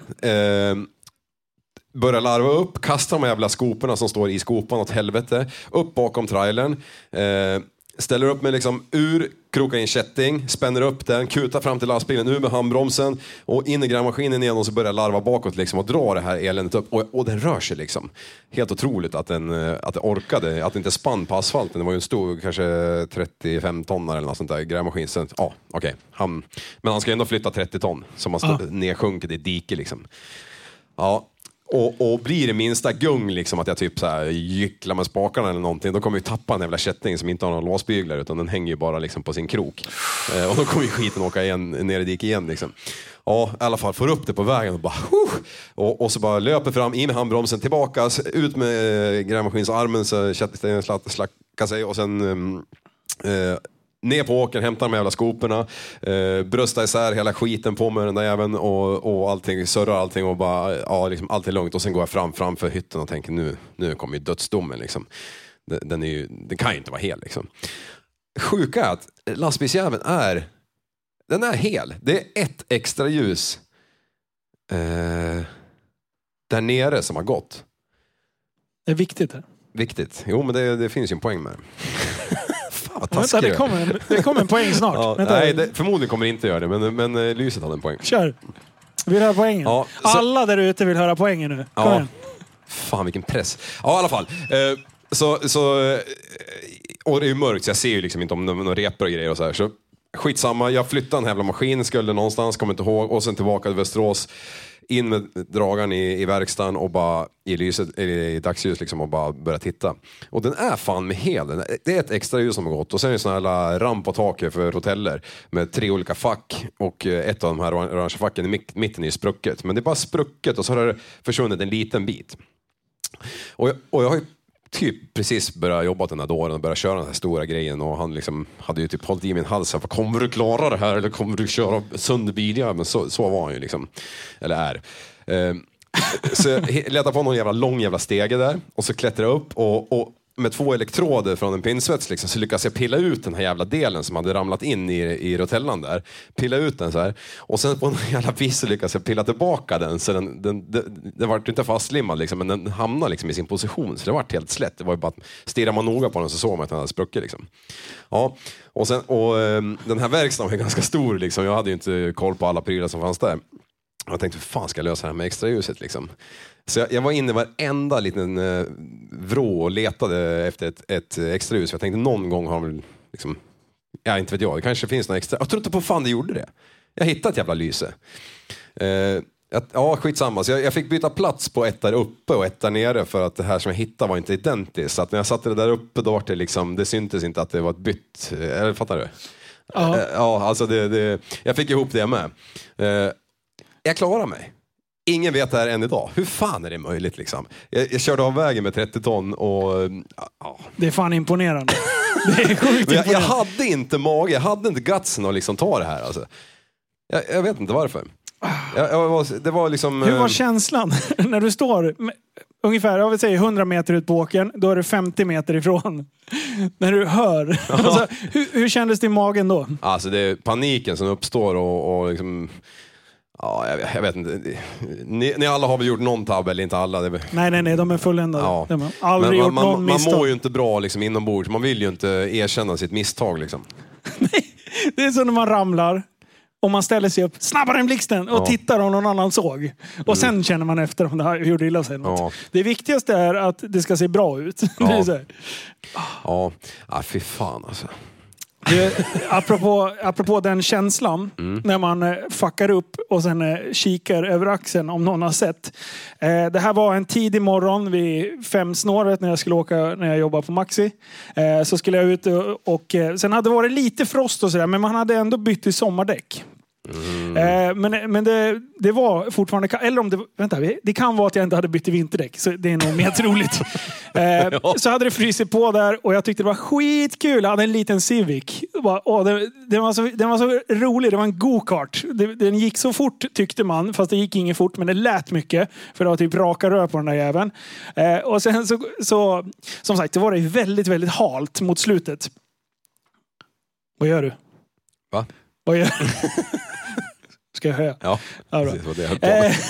Speaker 5: Börjar larva upp, kastar de jävla skoporna som står i skopan åt helvete. Upp bakom trailern. Ställer upp med liksom ur, krokar in kätting, spänner upp den, kutar fram till lastbilen, ur med handbromsen och in i grävmaskinen igen, och så börjar larva bakåt liksom och dra det här eländet upp, och den rör sig liksom. Helt otroligt att det orkade, att det inte spann på asfalten. Det var ju en stor, kanske 35 tonnar eller något sånt där grävmaskin. Så, okej. Men han ska ändå flytta 30 ton som har stått nedsjunket i dike liksom. Ja. Och blir det minsta gung liksom, att jag typ så här gycklar med spakarna eller någonting, då kommer vi tappa en jävla kätting som inte har någon låsbyglar, utan den hänger ju bara liksom på sin krok. Och då kommer ju skiten åka igen, ner i dik igen liksom. Ja, i alla fall får upp det på vägen och bara och så bara löper fram, in med handbromsen, tillbaka, ut med grävmaskinsarmen så kättingen slackar sig, och sen ner på åkern, hämtar de jävla skoporna, bröstar isär hela skiten på med den där jäveln och allting, surrar allting och bara, ja liksom allt är lugnt, och sen går jag framför hytten och tänker nu kommer ju dödsdomen liksom. Den kan ju inte vara hel liksom. Sjuka är att lastbilsjäveln den är hel. Det är ett extra ljus där nere som har gått.
Speaker 4: Det är viktigt här.
Speaker 5: Viktigt. Jo, men det finns ju en poäng med det. Fan vad
Speaker 4: Vänta,
Speaker 5: taskig.
Speaker 4: det kommer en poäng snart.
Speaker 5: Ja, nej, förmodligen kommer det inte göra det, men lyset hade en poäng.
Speaker 4: Kör. Vill höra poängen?
Speaker 5: Ja,
Speaker 4: alla där ute vill höra poängen nu. Kom igen.
Speaker 5: Fan vilken press. Ja, i alla fall. Och det är ju mörkt så jag ser ju liksom inte om några repor och grejer och så här. Så skitsamma, jag flyttade en jävla maskin, skulle någonstans, kommer inte ihåg. Och sen tillbaka till Västerås. In med dragaren i verkstaden och bara i dagsljus liksom och bara börja titta. Och den är fan med hel. Det är ett extra ljus som har gått. Och sen är det sån här ramp på taket för hoteller med 3 olika fack. Och ett av de här orange facken i mitten är sprucket. Men det är bara sprucket och så har det försvunnit en liten bit. Och jag har ju typ precis börjat jobba den här dåren och börjat köra den här stora grejen. Och han liksom hade ju typ hållit i min hals. Kommer du klara det här eller kommer du köra sönder bilen? Men så var han ju liksom. Eller är. Så jag letar på någon lång jävla stege där. Och så klättrar jag upp och med 2 elektroder från en pinsvets liksom, så lyckas jag pilla ut den här jävla delen som hade ramlat in i rotellan där. Pilla ut den så här. Och sen på någon jävla vis så lyckas jag pilla tillbaka den. Så den var inte fastlimmad liksom, men den hamnade liksom i sin position. Så det var helt slätt. Det var ju bara att stirrar man noga på den så såg man att den hade spruckit liksom. Ja, och den här verkstaden var ganska stor liksom. Jag hade ju inte koll på alla prylar som fanns där. Jag tänkte, hur fan ska jag lösa det här med extra ljuset liksom? Så jag var inne i varenda liten vrå och letade efter ett extra ljus. Jag tänkte någon gång har de liksom, ja inte vet jag, det kanske finns några extra. Jag tror inte på fan det gjorde det. Jag hittade ett jävla lyse. Ja, skitsamma. Så jag fick byta plats på ett där uppe och ett där nere för att det här som jag hittade var inte identiskt. Så att när jag satte det där uppe då var det liksom, det syntes inte att det var ett bytt. Eller fattar du? Ja, alltså jag fick ihop det med. Jag klarar mig. Ingen vet det här än idag. Hur fan är det möjligt liksom? Jag körde av vägen med 30 ton och... Ja.
Speaker 4: Det är fan imponerande. Det är sjukt imponerande.
Speaker 5: Jag hade inte mage, jag hade inte gutsen att liksom ta det här alltså. Jag vet inte varför. Det var liksom...
Speaker 4: Hur var känslan när du står ungefär, jag vill säga 100 meter ut på åkern, då är du 50 meter ifrån. När du hör. Ja. Alltså, hur kändes det i magen då? Alltså
Speaker 5: det är paniken som uppstår och liksom... Ja, jag vet inte. Ni alla har väl gjort någon tab, eller inte alla?
Speaker 4: Nej, de är fulländade. Ja. De har aldrig gjort någon misstag.
Speaker 5: Man mår ju inte bra liksom, inombords. Man vill ju inte erkänna sitt misstag. Liksom.
Speaker 4: Nej, det är så när man ramlar och man ställer sig upp snabbare än blixten och tittar om någon annan såg. Och sen känner man efter om det här gjorde illa sig något. Ja. Det viktigaste är att det ska se bra ut.
Speaker 5: Ja,
Speaker 4: det är så här.
Speaker 5: Ja, fy fan alltså.
Speaker 4: Apropå den känslan när man fuckar upp och sen kikar över axeln om någon har sett. Det här var en tidig morgon vid 5-snåret när jag skulle åka, när jag jobbade på Maxi. Så skulle jag ut och sen hade det varit lite frost och sådär, men man hade ändå bytt till sommardäck. Men det var fortfarande, eller om det kan vara att jag inte hade bytt till vinterdäck, så det är nog mer troligt. Så hade det frysit på där och jag tyckte det var skitkul. Jag hade en liten Civic. Den var så rolig, det var en go-kart. Den gick så fort tyckte man, fast det gick inget fort, men det lät mycket för det var typ raka rör på den där jäveln. Och sen så som sagt, det var det väldigt, väldigt halt mot slutet. Vad gör du?
Speaker 5: Va?
Speaker 4: Vad gör du? Ska jag höja?
Speaker 5: Ja,
Speaker 4: precis
Speaker 5: vad det höll på.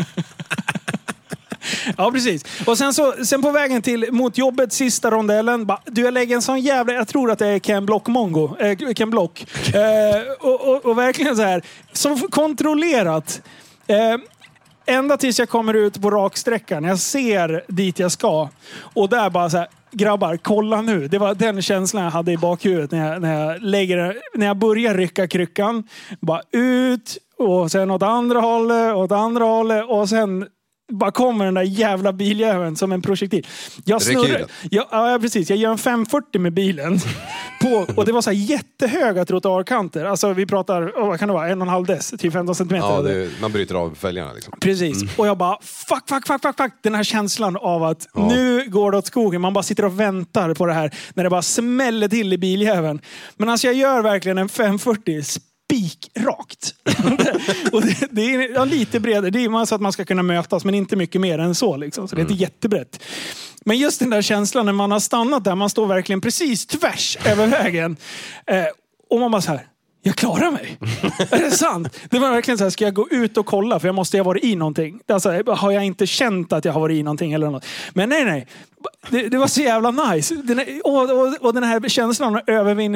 Speaker 4: Ja, precis. Och sen på vägen mot jobbet, sista rondellen, jag lägger en sån jävla, jag tror att det är Ken Block Mongo. Ken Block. Och verkligen så här, som kontrollerat. Ända tills jag kommer ut på raksträckan. Jag ser dit jag ska. Och där bara så här, grabbar, kolla nu. Det var den känslan jag hade i bakhuvudet när jag börjar rycka kryckan. Bara ut och sen åt andra hållet och sen bara kommer den där jävla biljäveln som en projektil. Jag snurrar. Ja, precis. Jag gör en 540 med bilen. Och det var så här jättehöga trottoarkanter. Alltså vi pratar, vad kan det vara? 1,5 dess till 15 centimeter.
Speaker 5: Ja, man bryter av fälgarna liksom.
Speaker 4: Precis. Och jag bara, fuck. Den här känslan av att nu går det åt skogen. Man bara sitter och väntar på det här. När det bara smäller till i biljäveln. Men alltså jag gör verkligen en 540 spikrakt. Och det är lite bredare. Det är så att man ska kunna mötas, men inte mycket mer än så. Liksom. Så det är inte jättebrett. Men just den där känslan när man har stannat där, man står verkligen precis tvärs över vägen. Och man bara så här, jag klarar mig. Är det sant? Det var verkligen så här, ska jag gå ut och kolla? För jag måste ha varit i någonting. Alltså, har jag inte känt att jag har varit i någonting eller något? Men nej. Det var så jävla nice. Och den här känslan av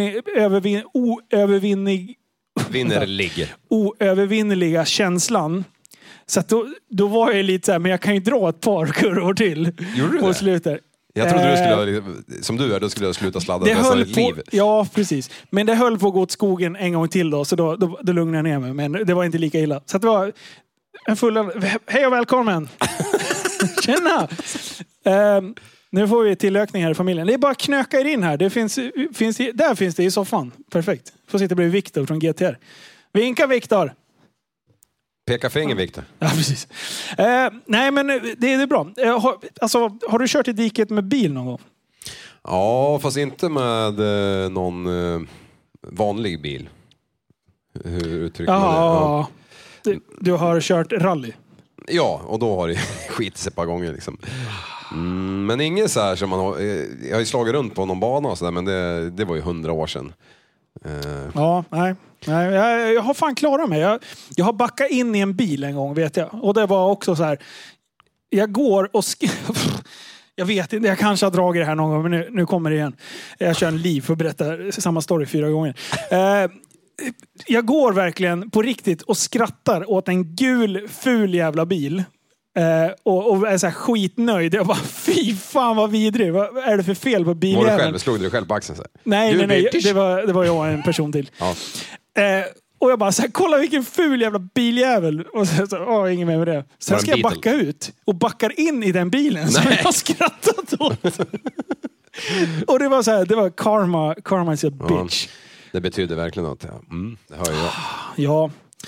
Speaker 4: oövervinneliga känslan. Så att då var jag lite så här, men jag kan ju dra ett par kurvor till.
Speaker 5: Gjorde du
Speaker 4: på
Speaker 5: det?
Speaker 4: Slutet.
Speaker 5: Jag trodde du skulle, som du är, då skulle jag sluta sladda resten av ditt liv.
Speaker 4: Ja, precis. Men det höll på att gå åt skogen en gång till då, så då lugnade jag ner mig. Men det var inte lika illa. Så att det var en full... Hej och välkommen! Tjena! Nu får vi tillökning här i familjen. Det är bara att knöka er in här. Där finns det i soffan. Perfekt. Får sitta bredvid Viktor från GTR. Vinka Viktor!
Speaker 5: Peka finger, Victor.
Speaker 4: Ja, precis. Nej, men det är bra. Har du kört i diket med bil någon gång?
Speaker 5: Ja, fast inte med någon vanlig bil. Hur uttrycker man det? Ja.
Speaker 4: Du har kört rally?
Speaker 5: Ja, och då har det skit sig ett par gånger liksom. Men ingen så här som man har... Jag har ju slagit runt på någon bana och så där, men det var ju 100 år sedan.
Speaker 4: Ja, nej. Jag har fan klarat mig. Jag har backat in i en bil en gång, vet jag. Och det var också så här... Jag går och... Jag vet inte, jag kanske har dragit det här någon gång, men nu kommer det igen. Jag kör en liv för att berätta samma story 4 gånger. Jag går verkligen på riktigt och skrattar åt en gul, ful jävla bil. Och är så här skitnöjd. Jag bara, fy fan vad vidrig. Vad är det för fel på biljäveln?
Speaker 5: Slog du själv på axeln så här?
Speaker 4: Nej. Det var jag och en person till. Ja. Och jag bara så här, kolla vilken ful jävla biljävel. Och så ingen med det. Sen ska jag backa ut och backar in i den bilen som jag har skrattat åt. Och det var så här, det var karma is a bitch.
Speaker 5: Det betyder verkligen något. Ja. Det hör jag.
Speaker 4: Ja.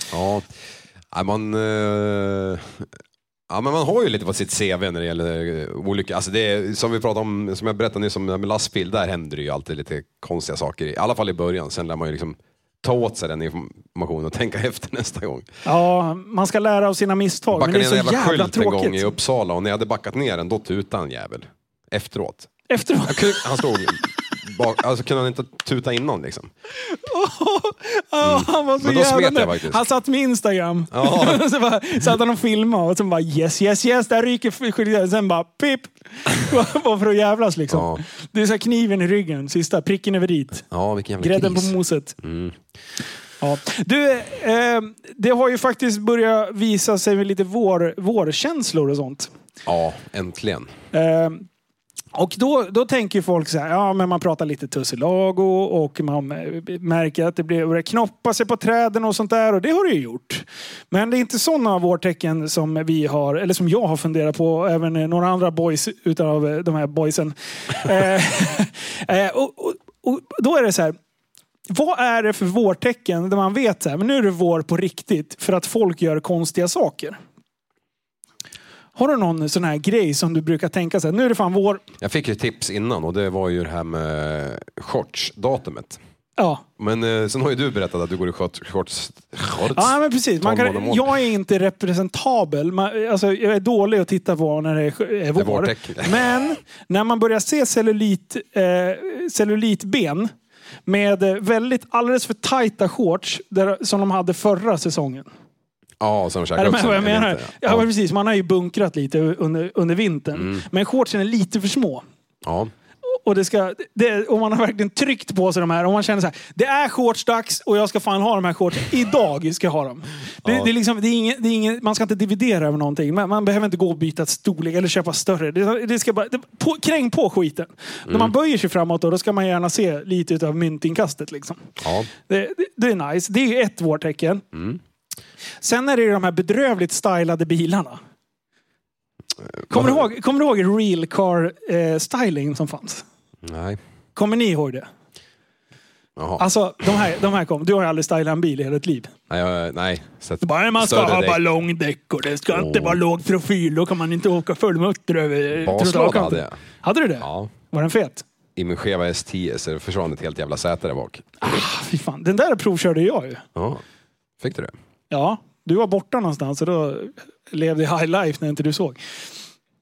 Speaker 5: Ja, men man har ju lite på sitt CV när det gäller olika, alltså det är, som vi pratade om, som jag berättade nyss om med lastbil, där händer det ju alltid lite konstiga saker, i alla fall i början. Sen lär man ju liksom ta åt sig den informationen och tänka efter nästa gång.
Speaker 4: Ja, man ska lära av sina misstag.
Speaker 5: Backade
Speaker 4: men det är så jävla tråkigt.
Speaker 5: En gång i Uppsala, och när jag hade backat ner den, då tutade en jävel. Efteråt. Han stod alltså kunde han inte tuta innan liksom. Han var så
Speaker 4: men
Speaker 5: då smet jag faktiskt.
Speaker 4: Han satt med Instagram. Så satt han och filmade och sen bara yes, där ryker skyldigheten. Sen bara pip. Bara för att jävlas liksom. Ja. Det är så här kniven i ryggen, sista pricken över dit.
Speaker 5: Ja, vilken jävla
Speaker 4: grädden
Speaker 5: kris.
Speaker 4: På moset. Ja. Du, det har ju faktiskt börjat visa sig med lite vårkänslor och sånt.
Speaker 5: Ja, äntligen.
Speaker 4: Och då tänker folk så här, ja men man pratar lite tussilago och man märker att det börjar knoppa sig på träden och sånt där, och det har det ju gjort. Men det är inte sådana vårtecken som vi har, eller som jag har funderat på, även några andra boys utav de här boysen. Och då är det så här, vad är det för vårtecken där man vet så här, men nu är det vår på riktigt för att folk gör konstiga saker? Har du någon sån här grej som du brukar tänka så här, nu är det fan vår?
Speaker 5: Jag fick ju tips innan, och det var ju det här med shorts-datumet.
Speaker 4: Ja.
Speaker 5: Men sen har ju du berättat att du går i shorts.
Speaker 4: Ja, men precis. Jag är inte representabel. Alltså, jag är dålig att titta på när det är vår. Men när man börjar se cellulitben med alldeles för tajta shorts som de hade förra säsongen.
Speaker 5: Ja, som käkar upp
Speaker 4: vad jag menar? Ja, men precis. Man har ju bunkrat lite under vintern. Men shortsen är lite för små.
Speaker 5: Ja.
Speaker 4: Och man har verkligen tryckt på sig de här. Och man känner så här, det är shortsdags och jag ska fan ha de här shortsen. Idag ska jag ha dem. Det är liksom, man ska inte dividera över någonting. Man behöver inte gå och byta storlek eller köpa större. Det ska bara, kräng på skiten. När man böjer sig framåt då ska man gärna se lite av myntinkastet. Liksom. Ja. Det är nice. Det är ett vårtecken. Sen är det de här bedrövligt stylade bilarna. Kommer du ihåg real car styling som fanns?
Speaker 5: Nej.
Speaker 4: Kommer ni ihåg det?
Speaker 5: Jaha.
Speaker 4: Alltså, de här kom. Du har ju aldrig stylat en bil i hela ditt liv.
Speaker 5: Nej.
Speaker 4: Bara man ska ha ballongdäck och det ska inte vara låg profil. Då kan man inte åka fullmutter över
Speaker 5: baslåda hade jag.
Speaker 4: Hade du det?
Speaker 5: Ja.
Speaker 4: Var den fet?
Speaker 5: I min Cheva S10 så försvann ett helt jävla säte där bak.
Speaker 4: Fy fan. Den där provkörde jag ju.
Speaker 5: Ja. Fick du det?
Speaker 4: Ja. Du var borta någonstans och då levde high life när inte du såg.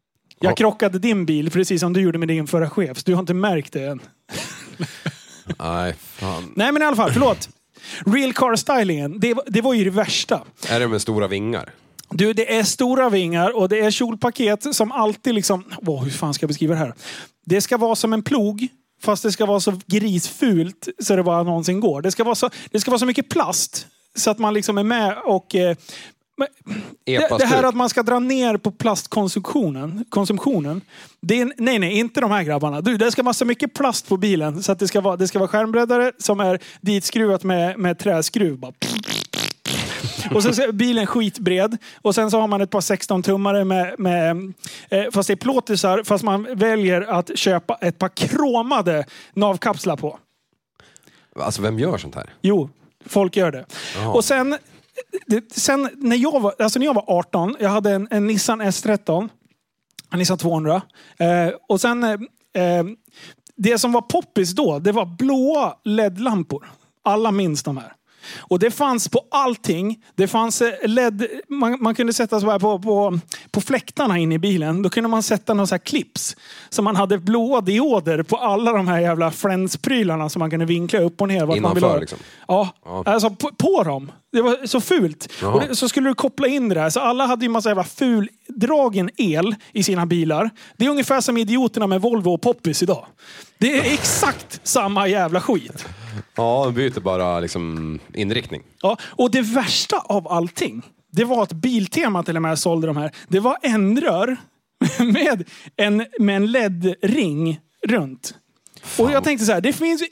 Speaker 4: Jag krockade din bil precis som du gjorde med din förra chef. Du har inte märkt det än.
Speaker 5: Nej, fan.
Speaker 4: Nej, men i alla fall, förlåt. Real car stylingen, det var ju det värsta.
Speaker 5: Är det med stora vingar?
Speaker 4: Du, det är stora vingar och det är kjolpaket som alltid liksom... hur fan ska jag beskriva det här? Det ska vara som en plog, fast det ska vara så grisfult så det bara någonsin går. Det ska vara så mycket plast så att man liksom är med och... Det här att man ska dra ner på plastkonsumtionen. Nej, inte de här grabbarna. Det ska vara så mycket plast på bilen så att det ska vara skärmbreddare som är ditskruvat med träskruv. Bara. Och sen är bilen skitbred. Och sen så har man ett par 16-tummare med fast det är plåtisar, fast man väljer att köpa ett par kromade navkapslar på.
Speaker 5: Alltså vem gör sånt här?
Speaker 4: Jo, folk gör det.
Speaker 5: Jaha.
Speaker 4: Och sen när jag var 18, jag hade en Nissan S13, en Nissan 200. Och sen det som var poppis då, det var blåa LED-lampor. Alla minns de här. Och det fanns på allting. Det fanns LED, man kunde sätta så här på fläktarna in i bilen. Då kunde man sätta några så här clips. Så man hade blåa dioder på alla de här jävla Friends-prylarna som man kunde vinkla upp och ner. Vart
Speaker 5: innanför
Speaker 4: man ville ha.
Speaker 5: liksom?
Speaker 4: Ja, alltså på dem. Det var så fult. Och så skulle du koppla in det där. Så alla hade ju massa jävla fuldragen el i sina bilar. Det är ungefär som idioterna med Volvo och Poppis idag. Det är exakt samma jävla skit.
Speaker 5: Ja, de byter bara liksom inriktning.
Speaker 4: Ja, och det värsta av allting, det var att Biltema till och med sålde de här. Det var ändrör med en LED-ring runt. Fan. Och jag tänkte så här, det finns ju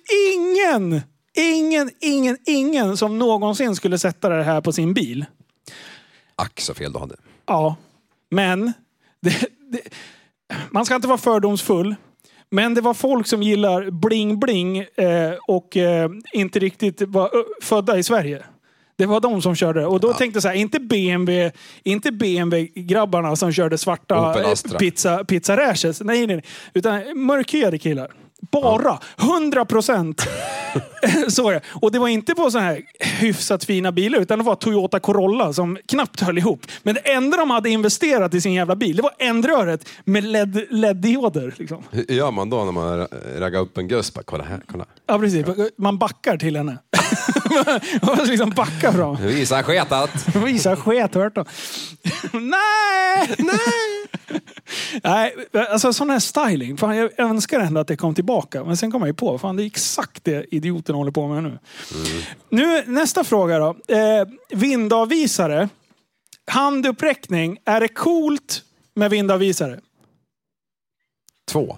Speaker 4: ingen som någonsin skulle sätta det här på sin bil.
Speaker 5: Ack så fel du hade.
Speaker 4: Ja, men man ska inte vara fördomsfull. Men det var folk som gillar bling-bling och inte riktigt var födda i Sverige. Det var de som körde. Och då tänkte jag så här, inte BMW-grabbarna som körde svarta pizza rashes. Nej. Utan mörkhyade killar. Bara 100% så jag. Och det var inte på så här hyfsat fina bilar, utan det var Toyota Corolla som knappt höll ihop. Men det enda de hade investerat i sin jävla bil, det var ändröret med LED-dioder. Liksom.
Speaker 5: Hur gör man då när man raggar upp en gös? Kolla här, kolla.
Speaker 4: Ja, precis. Man backar till henne. Man liksom backar fram.
Speaker 5: Visa sketat.
Speaker 4: Visa sket, hört då. Nej! Nej, alltså sån här styling. Fan, jag önskar ändå att det kom tillbaka. Men sen kom jag ju på, fan det är exakt det idioten håller på med nu. Nu, nästa fråga då. Vindavvisare. Handuppräckning. Är det coolt med vindavvisare?
Speaker 5: 2.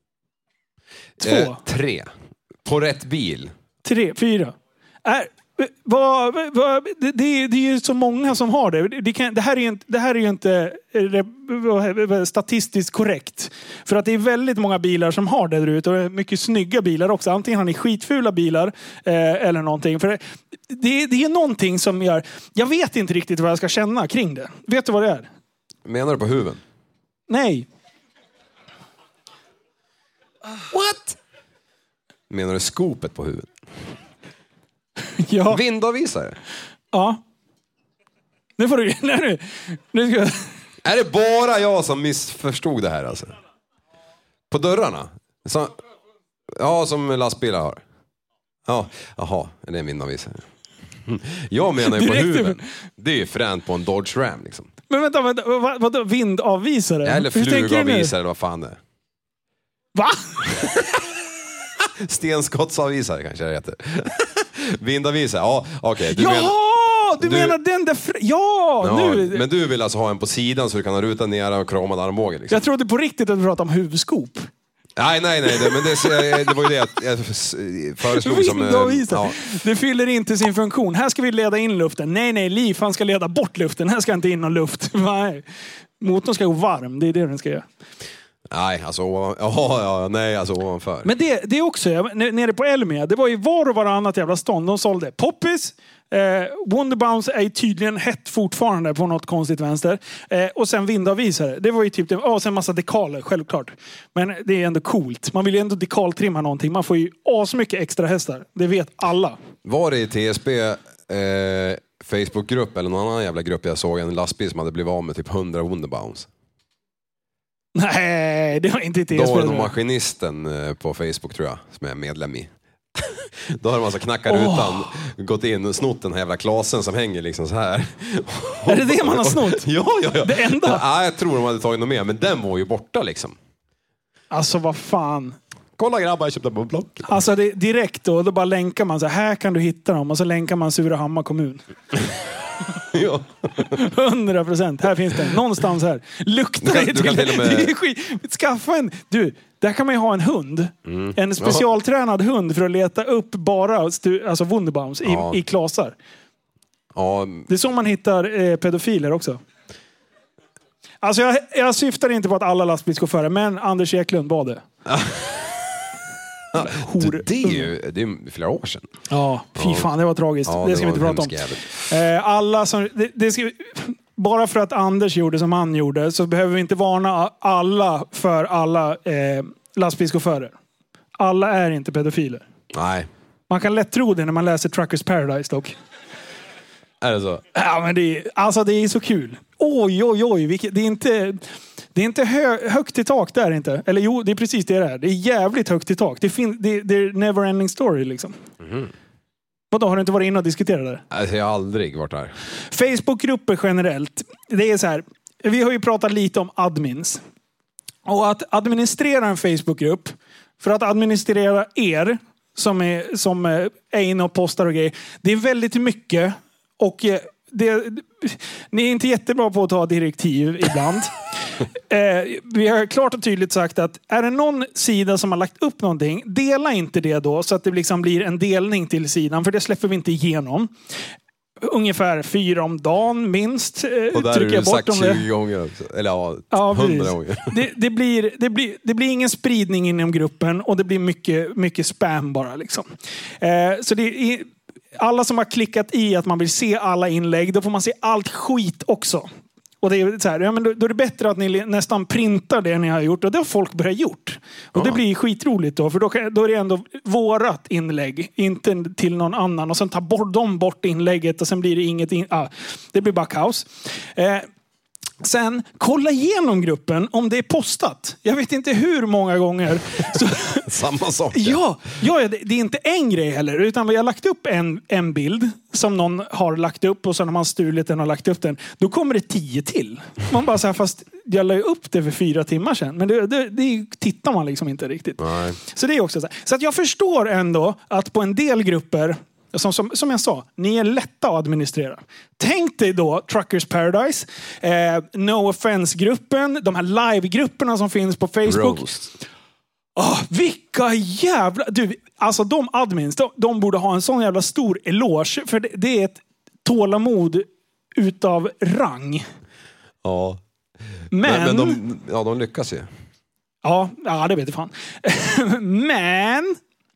Speaker 5: 3. På rätt bil.
Speaker 4: 3, 4. Det är ju så många som har det. Det här är ju inte statistiskt korrekt. För att det är väldigt många bilar som har det där ute. Och mycket snygga bilar också. Antingen har ni skitfula bilar eller någonting. För det är någonting som gör... Jag vet inte riktigt vad jag ska känna kring det. Vet du vad det är?
Speaker 5: Menar du på huven?
Speaker 4: Nej.
Speaker 5: What? Menar du skopet på huvudet?
Speaker 4: Ja.
Speaker 5: Vindavvisare?
Speaker 4: Ja. Nu får du... Nu ska...
Speaker 5: Är det bara jag som missförstod det här alltså? På dörrarna? Som lastbilar har. Ja, jaha, det är en vindavvisare. Jag menar ju på huven. Det är ju fränt på en Dodge Ram liksom.
Speaker 4: Men vänta, vadå vindavvisare?
Speaker 5: Eller flugavvisare eller vad fan det är.
Speaker 4: Va?
Speaker 5: Stenskottsavvisare kanske det heter. Vindavvisare, ja okej.
Speaker 4: Du menar den där... Nu.
Speaker 5: Men du vill alltså ha en på sidan så du kan ha rutan ner och kromad armbåge liksom.
Speaker 4: Jag trodde på riktigt att du pratade om huvudskop.
Speaker 5: Nej, men det var ju det jag föreslog som...
Speaker 4: Det fyller inte sin funktion. Här ska vi leda in luften. Nej, Liv, han ska leda bort luften. Här ska inte in någon luft. Nej. Motorn ska gå varm, det är det den ska göra.
Speaker 5: Nej, alltså ovanför.
Speaker 4: Men det är också, nere på Elmia, det var ju var och varannat jävla stånd. De sålde Poppis, Wonderbounce är tydligen hett fortfarande på något konstigt vänster. Och sen vindavvisare. Det var ju typ det. Och sen massa dekaler, självklart. Men det är ändå coolt. Man vill ju ändå dekaltrimma någonting. Man får ju asmycket extra hästar. Det vet alla.
Speaker 5: Var det i TSB Facebookgrupp eller någon annan jävla grupp jag såg en lastbil som hade blivit av med typ 100 Wonderbounce?
Speaker 4: Nej, det var inte TSB.
Speaker 5: Då var det maskinisten på Facebook tror jag, som jag är medlem i. Då har de alltså knackat rutan, gått in och snott den här jävla klasen som hänger liksom så här.
Speaker 4: Är det man har snott?
Speaker 5: Ja.
Speaker 4: Det enda?
Speaker 5: Ja, jag tror de hade tagit något mer, men den var ju borta liksom.
Speaker 4: Alltså vad fan.
Speaker 5: Kolla grabbar, jag köpte på Blocket.
Speaker 4: Alltså det, direkt då bara länkar man så här kan du hitta dem och så länkar man Surahammar kommun.
Speaker 5: Ja.
Speaker 4: 100%. Här finns det. Någonstans här. Luktar det till.
Speaker 5: Till och med...
Speaker 4: Det är skit. Skaffa en... Du, där kan man ju ha en hund. En specialtränad hund för att leta upp bara alltså Wunderbaums i klasar.
Speaker 5: Ja.
Speaker 4: Det är så man hittar pedofiler också. Alltså jag syftar inte på att alla lastbilschaufförer, men Anders Eklund var det.
Speaker 5: Det är ju flera år sedan.
Speaker 4: Ja, fy fan, det var tragiskt.
Speaker 5: Ja,
Speaker 4: det ska vi inte prata om. Alla som... bara för att Anders gjorde som han gjorde så behöver vi inte varna alla för alla lastbilschaufförer. Alla är inte pedofiler.
Speaker 5: Nej.
Speaker 4: Man kan lätt tro det när man läser Truckers Paradise dock.
Speaker 5: Är det så?
Speaker 4: Ja, men det är så kul. Oj. Det är inte högt i tak där inte. Eller jo, det är precis det är. Det är jävligt högt i tak. Det är never ending story liksom. Vadå, har du inte varit inne och diskuterat det?
Speaker 5: Alltså, jag har aldrig varit där.
Speaker 4: Facebookgrupper generellt. Det är så här. Vi har ju pratat lite om admins. Och att administrera en Facebookgrupp. För att administrera er som är inne och postar och grejer. Det är väldigt mycket. Och ni är inte jättebra på att ta direktiv ibland. Vi har klart och tydligt sagt att är det någon sida som har lagt upp någonting, dela inte det då så att det liksom blir en delning till sidan, för det släpper vi inte igenom. Ungefär 4 om dagen minst.
Speaker 5: Och där
Speaker 4: trycker jag bort
Speaker 5: sagt 20 gånger också. Eller 100 gånger.
Speaker 4: Det blir ingen spridning inom gruppen och det blir mycket spam bara liksom. Så det är alla som har klickat i att man vill se alla inlägg, då får man se allt skit också. Och det är så här, ja, men då är det bättre att ni nästan printar det ni har gjort. Och det har folk börjat gjort. Och det blir skitroligt då. För då är det ändå vårat inlägg. Inte till någon annan. Och sen tar de bort inlägget. Och sen blir det inget... det blir bara kaos. Sen, kolla igenom gruppen om det är postat. Jag vet inte hur många gånger.
Speaker 5: Samma sak.
Speaker 4: Ja, det är inte en grej heller. Utan vi har lagt upp en bild som någon har lagt upp. Och sen har man stulit den och lagt upp den. Då kommer det 10 till. Man bara så här, fast jag la ju upp det för 4 timmar sedan. Men det tittar man liksom inte riktigt. Nej. Så det är också så här. Så att jag förstår ändå att på en del grupper... Som jag sa, ni är lätta att administrera. Tänk dig då Truckers Paradise, No Offense-gruppen, de här live-grupperna som finns på Facebook.
Speaker 5: Roast.
Speaker 4: Vilka jävla... alltså de admins, de borde ha en sån jävla stor eloge. För det är ett tålamod utav rang.
Speaker 5: Ja.
Speaker 4: Men
Speaker 5: de lyckas ju.
Speaker 4: Ja, det vet jag fan. Men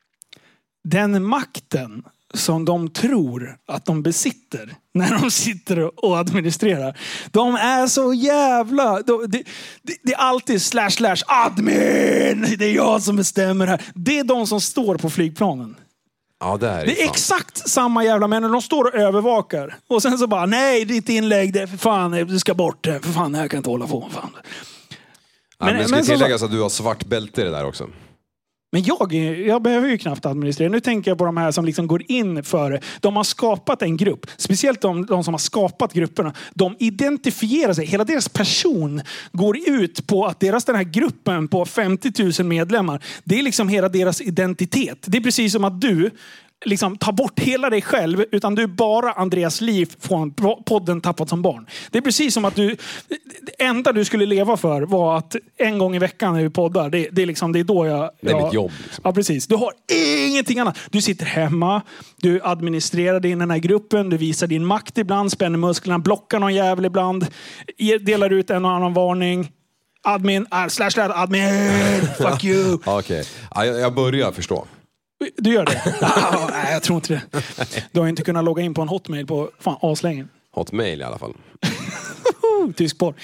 Speaker 4: den makten som de tror att de besitter när de sitter och administrerar. De är så jävla... Det är alltid / admin! Det är jag som bestämmer här. Det är de som står på flygplanen.
Speaker 5: Ja, det är
Speaker 4: exakt samma jävla män. De står och övervakar. Och sen så bara, nej, ditt inlägg, det för fan, du ska bort det. För fan, här kan inte hålla på. Fan.
Speaker 5: Men det ska tilläggas att du har svart bälte i det där också.
Speaker 4: Men jag behöver ju knappt administrera. Nu tänker jag på de här som liksom går in för... De har skapat en grupp. Speciellt de som har skapat grupperna. De identifierar sig. Hela deras person går ut på att den här gruppen på 50 000 medlemmar, det är liksom hela deras identitet. Det är precis som att du liksom tar bort hela dig själv, utan du är bara Andreas Liv från podden Tappat som barn. Det är precis som att det enda du skulle leva för var att en gång i veckan när vi poddar, det är då jag...
Speaker 5: Det är mitt jobb. Liksom.
Speaker 4: Ja, precis. Du har ingenting annat. Du sitter hemma, du administrerar din den här gruppen, du visar din makt ibland, spänner musklerna, blockar någon jävel ibland, delar ut en och annan varning. Admin, / admin, fuck you.
Speaker 5: Okej. Jag börjar förstå.
Speaker 4: Du gör det? Nej, jag tror inte det. Du har inte kunnat logga in på en hotmail på aslängen.
Speaker 5: Hotmail i alla fall.
Speaker 4: Tysk porr.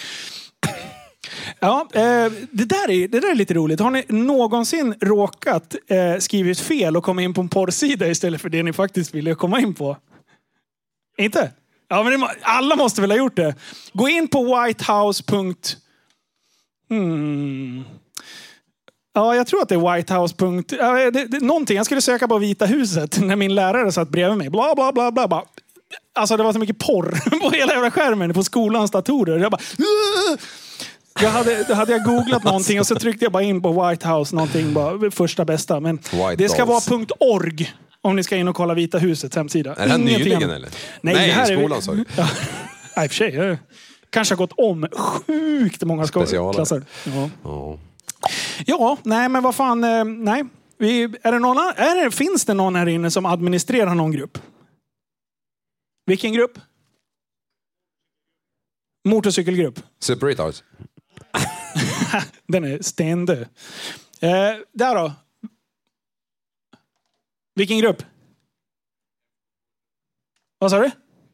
Speaker 4: Ja, det där är lite roligt. Har ni någonsin råkat skrivit fel och komma in på en porrsida istället för det ni faktiskt ville komma in på? Inte? Ja, men alla måste väl ha gjort det. Gå in på whitehouse. Ja, jag tror att det är White House. Någonting. Jag skulle söka på Vita huset när min lärare satt bredvid mig. Bla, bla, bla, bla, bla. Alltså det var så mycket porr på hela jävla skärmen på skolans datorer. Jag bara... Då hade jag googlat någonting och så tryckte jag bara in på White House någonting, bara första bästa. Men det ska vara .org om ni ska in och kolla Vita husets hemsida.
Speaker 5: Är det här nyligen eller?
Speaker 4: Nej, det här
Speaker 5: i skolan sa du.
Speaker 4: Ja, i och för sig. Kanske har gått om sjukt många klasser. Ja, nej men vad fan, nej. Finns det någon här inne som administrerar någon grupp? Vilken grupp? Motorcykelgrupp.
Speaker 5: Super Retards.
Speaker 4: Den är stendö. Där då. Vilken grupp? Vad sa du?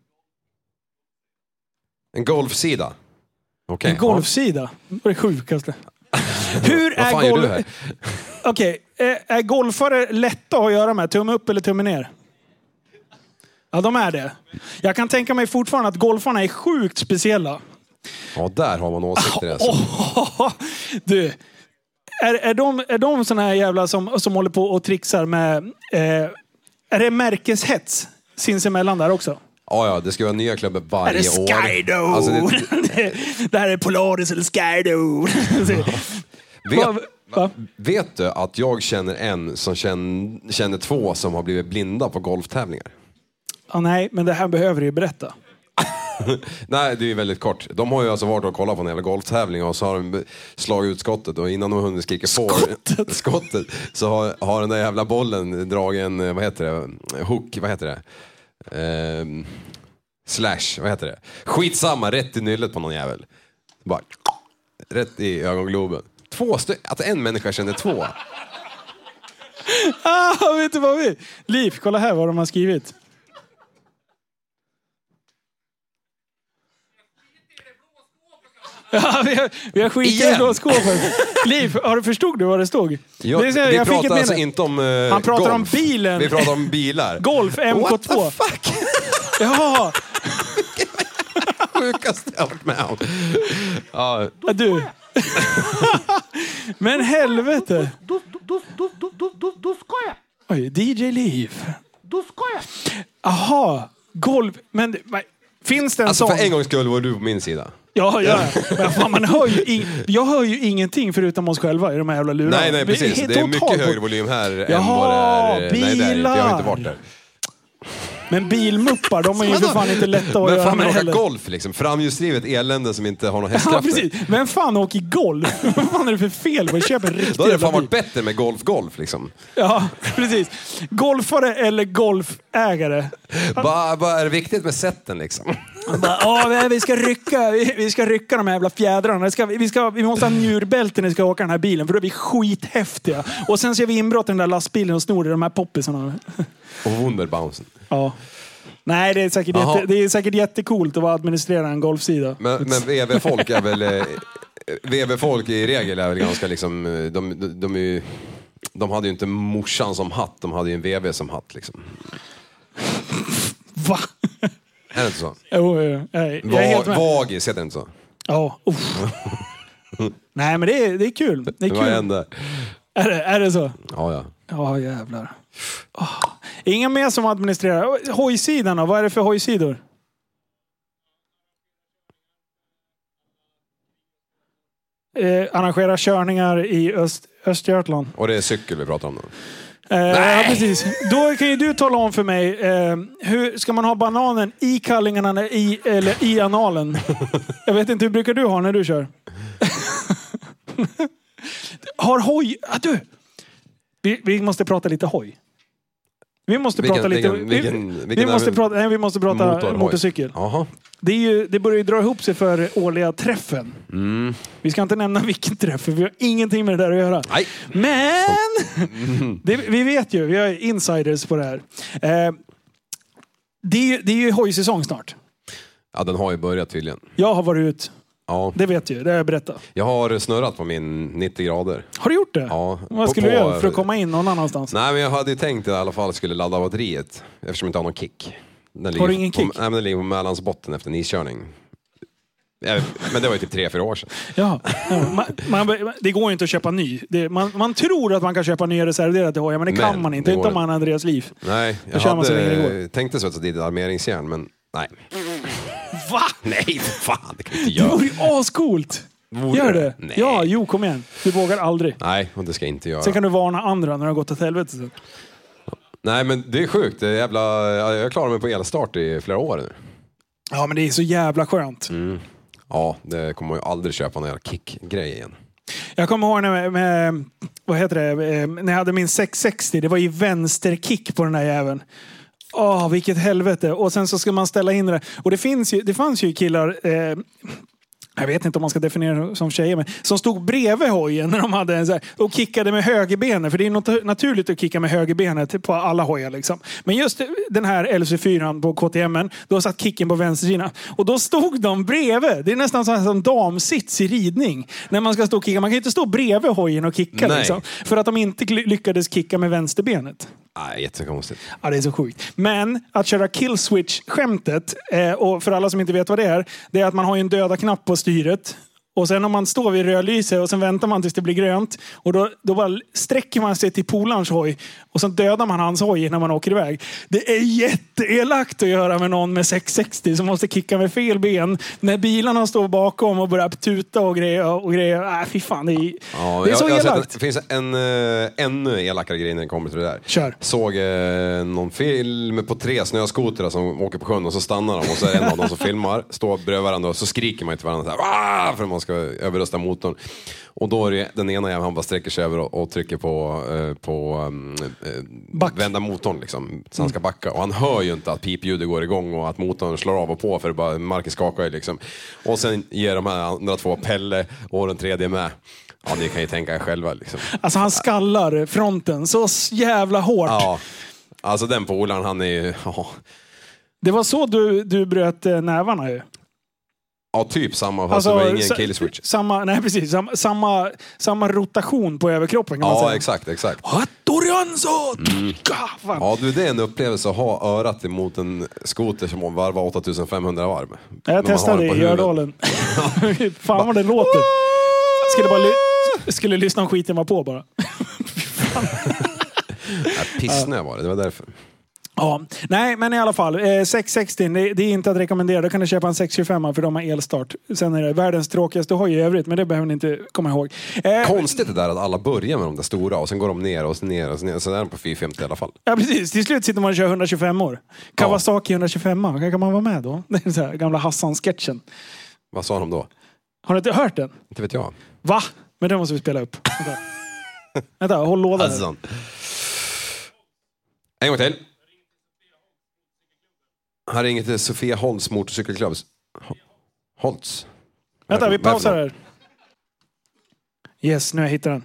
Speaker 5: En golfsida. Okay,
Speaker 4: en golfsida? Det var det sjukaste. Hur är
Speaker 5: vad fan gör du här?
Speaker 4: Okej, är golfare lätta att göra med? Tumme upp eller tumme ner? Ja, de är det. Jag kan tänka mig fortfarande att golfarna är sjukt speciella.
Speaker 5: Ja, där har man åsikter.
Speaker 4: Du, är de såna här jävla som håller på och trixar med... är det märkeshets sinsemellan där också?
Speaker 5: Ja, det ska vara nya klubbar varje år.
Speaker 4: Är det Skydo?
Speaker 5: Alltså,
Speaker 4: det här är Polaris eller Skydo.
Speaker 5: Vet du att jag känner en som känner två som har blivit blinda på golftävlingar?
Speaker 4: Ja, nej, men det här behöver du ju berätta.
Speaker 5: Nej, det är ju väldigt kort. De har ju alltså varit och kollat på en jävla golftävling och så har de slagit ut skottet och innan de hunnit skrika skottet så har den där jävla bollen dragit en, vad heter det? Hook, vad heter det? Slash, vad heter det? Skitsamma, rätt i nyllet på någon jävel. Bara rätt i ögongloben. Att en människa känner två.
Speaker 4: Vet du vad vi... Liv, kolla här vad de har skrivit. Ja, vi har skitit i blå skåpet. Liv, förstod du vad det stod?
Speaker 5: Ja, vi pratar alltså inte om
Speaker 4: han pratar
Speaker 5: golf.
Speaker 4: Om bilen.
Speaker 5: Vi pratar om bilar.
Speaker 4: Golf MK2.
Speaker 5: What the fuck?
Speaker 4: Ja.
Speaker 5: Sjukaste jag har varit med om.
Speaker 4: Ja. Du. Men helvete.
Speaker 2: Då ska jag.
Speaker 4: Oj, DJ Liv.
Speaker 2: Då ska jag.
Speaker 4: Aha, golf. Men finns det en sån?
Speaker 5: För en gångs skull var du på min sida.
Speaker 4: Ja. Men fan, jag hör ju ingenting förutom oss själva i de här jävla lurarna.
Speaker 5: Nej, precis. Det är mycket högre volym här än vad det är.
Speaker 4: Bilar.
Speaker 5: Nej, det är inte. Jag har inte varit där.
Speaker 4: Men bilmuppar, de är ju för fan inte lätta att göra med heller.
Speaker 5: Golf liksom. Framhjulsdrivet elände som inte har någon hästkrafter.
Speaker 4: Ja, precis. Vem fan åker golf? Vad fan är det för fel? Vad köper riktigt?
Speaker 5: Då hade det fan varit bättre med golf liksom.
Speaker 4: Ja, precis. Golfare eller golfägare.
Speaker 5: Vad är det viktigt med sätten liksom?
Speaker 4: Vi ska rycka de här jävla fjädrarna. Vi måste ha njurbälten när vi ska åka den här bilen. För då är vi skithäftiga. Och sen ser vi inbrott i den där lastbilen och snor de här poppisarna.
Speaker 5: Och Wunderbouncen.
Speaker 4: Ja. Nej, det är säkert jättecoolt att vara administrera en golfsida.
Speaker 5: Men VV-folk är väl... VV-folk i regel är väl ganska liksom... De hade ju inte morsan som hatt. De hade ju en VV som hatt liksom.
Speaker 4: Va?
Speaker 5: Är det inte så?
Speaker 4: Jo, jag är helt med.
Speaker 5: Vagis, heter det inte så?
Speaker 4: Ja, nej, men det är kul. Det är kul.
Speaker 5: Vad händer?
Speaker 4: Är det så?
Speaker 5: Ja.
Speaker 4: Ja, jävlar. Inga mer som administrerar. Hojsidan då? Vad är det för hojsidor? Arrangera körningar i Östergötland.
Speaker 5: Och det är cykel vi pratar om då?
Speaker 4: Ja, precis. Då kan ju du tala om för mig, hur ska man ha bananen i kallingarna eller i analen? Jag vet inte, hur brukar du ha när du kör? Har hoj... Du! Vi måste prata lite hoj. Vi måste prata lite... Vi måste prata motorcykel.
Speaker 5: Aha.
Speaker 4: Det börjar ju dra ihop sig för årliga träffen. Vi ska inte nämna vilken träff, för vi har ingenting med det där att göra.
Speaker 5: Nej.
Speaker 4: Men vi vet ju, vi har insiders på det här. Det är ju hojsäsong snart.
Speaker 5: Ja, den har ju börjat tydligen.
Speaker 4: Jag har varit ut.
Speaker 5: Ja.
Speaker 4: Det vet jag, det har jag berättat.
Speaker 5: Jag har snurrat på min 90 grader.
Speaker 4: Har du gjort det?
Speaker 5: Ja.
Speaker 4: Vad skulle du göra för att komma in någon annanstans?
Speaker 5: Nej, men jag hade ju tänkt att i alla fall skulle ladda batteriet. Eftersom jag inte har någon kick.
Speaker 4: Har du ingen kick?
Speaker 5: Nej, men den ligger på Mälarns botten efter en iskörning. Men det var ju typ 3-4 år sedan.
Speaker 4: Ja. Det går ju inte att köpa ny. Man tror att man kan köpa nya reservdelar till hojar, men det kan man inte. Inte om man har Andreas liv.
Speaker 5: Nej, jag tänkte svetsa dit ett armeringsjärn, men nej.
Speaker 4: Va?
Speaker 5: Nej, fan, det kan jag inte göra.
Speaker 4: Det vore ju ascoolt. Gör det? Nej. Ja, kom igen. Du vågar aldrig.
Speaker 5: Nej, och det ska jag inte göra.
Speaker 4: Sen kan du varna andra när det har gått åt helvete.
Speaker 5: Nej, men det är sjukt. Det är jag klarar mig på elstart i flera år nu.
Speaker 4: Ja, men det är så jävla skönt.
Speaker 5: Ja, det kommer man ju aldrig köpa någon jävla kick-grej igen.
Speaker 4: Jag kommer ihåg med vad heter det? När jag hade min 660. Det var ju vänsterkick på den här jäveln. Vilket helvete. Och sen så ska man ställa in det. Och det fanns ju killar... jag vet inte om man ska definiera som tjejer, men som stod bredvid hojen när de hade en så här, och kickade med högerbenet, för det är något naturligt att kicka med högerbenet på alla hojar liksom. Men just den här LC4 på KTM, då satt kicken på vänstersidan och då stod de bredvid. Det är nästan som damsits i ridning när man ska stå och kicka. Man kan inte stå bredvid hojen och kicka liksom, för att de inte lyckades kicka med vänsterbenet.
Speaker 5: Nej, jättekonstigt.
Speaker 4: Ja, det är så sjukt. Men att köra killswitch-skämtet, och för alla som inte vet vad det är att man har ju en döda knapp på styret. Och sen om man står vid rödlyse och sen väntar man tills det blir grönt. Och då bara sträcker man sig till polarns hoj. Och sen dödar man hans hoj när man åker iväg. Det är jätteelakt att göra med någon med 660 som måste kicka med fel ben. När bilarna står bakom och börjar tuta och grejer. Fy fan, det är så elakt.
Speaker 5: Det finns en ännu elakare grej när det kommer till det där.
Speaker 4: Kör.
Speaker 5: Såg någon film på 3 snöskotrar som åker på sjön och så stannar de. Och så är det en av dem som filmar. Står bredvid varandra och så skriker man till varandra så här, för man ska överrösta motorn. Och då är det den ena jäveln, han bara sträcker sig över och trycker på vända motorn liksom, så han ska backa. Och han hör ju inte att pipljudet går igång och att motorn slår av och på, för det bara marken skakar ju liksom. Och sen ger de här andra 2 Pelle och den tredje med. Ja, ni kan ju tänka er själva liksom.
Speaker 4: Alltså han skallar fronten så jävla hårt.
Speaker 5: Ja, alltså den polaren, han är ju...
Speaker 4: Det var så du bröt nävarna ju.
Speaker 5: Ja, typ samma, fast det var ingen killswitch.
Speaker 4: Samma rotation på överkroppen kan man säga.
Speaker 5: Ja, exakt. Ja, det är en upplevelse att ha örat emot en skoter som varvar 8500 varv.
Speaker 4: Jag testade det i Gördalen. Fan vad det låter. Skulle lyssna om skiten var på bara.
Speaker 5: Pissnö var det var därför.
Speaker 4: Ja, nej, men i alla fall 660, det är inte att rekommendera. Då kan du köpa en 625 för de har elstart. Sen är det världens tråkigaste hoj i övrigt, men det behöver ni inte komma ihåg.
Speaker 5: Konstigt det där att alla börjar med de där stora och sen går de ner och ner, så är de på 450 i alla fall.
Speaker 4: Ja, precis. Till slut sitter man och kör 125 år. Kawasaki 125, kan man vara med då? Det är så här, gamla Hassan-sketchen.
Speaker 5: Vad sa de då?
Speaker 4: Har du inte hört den?
Speaker 5: Inte vet jag.
Speaker 4: Va? Men det måste vi spela upp. Vänta, håll lådan.
Speaker 5: Hassan. En gång till. Här ringer till Sofia Holtz motorcykelklubb. Holtz.
Speaker 4: Vänta, vi pausar här. Yes, nu har jag hittat den.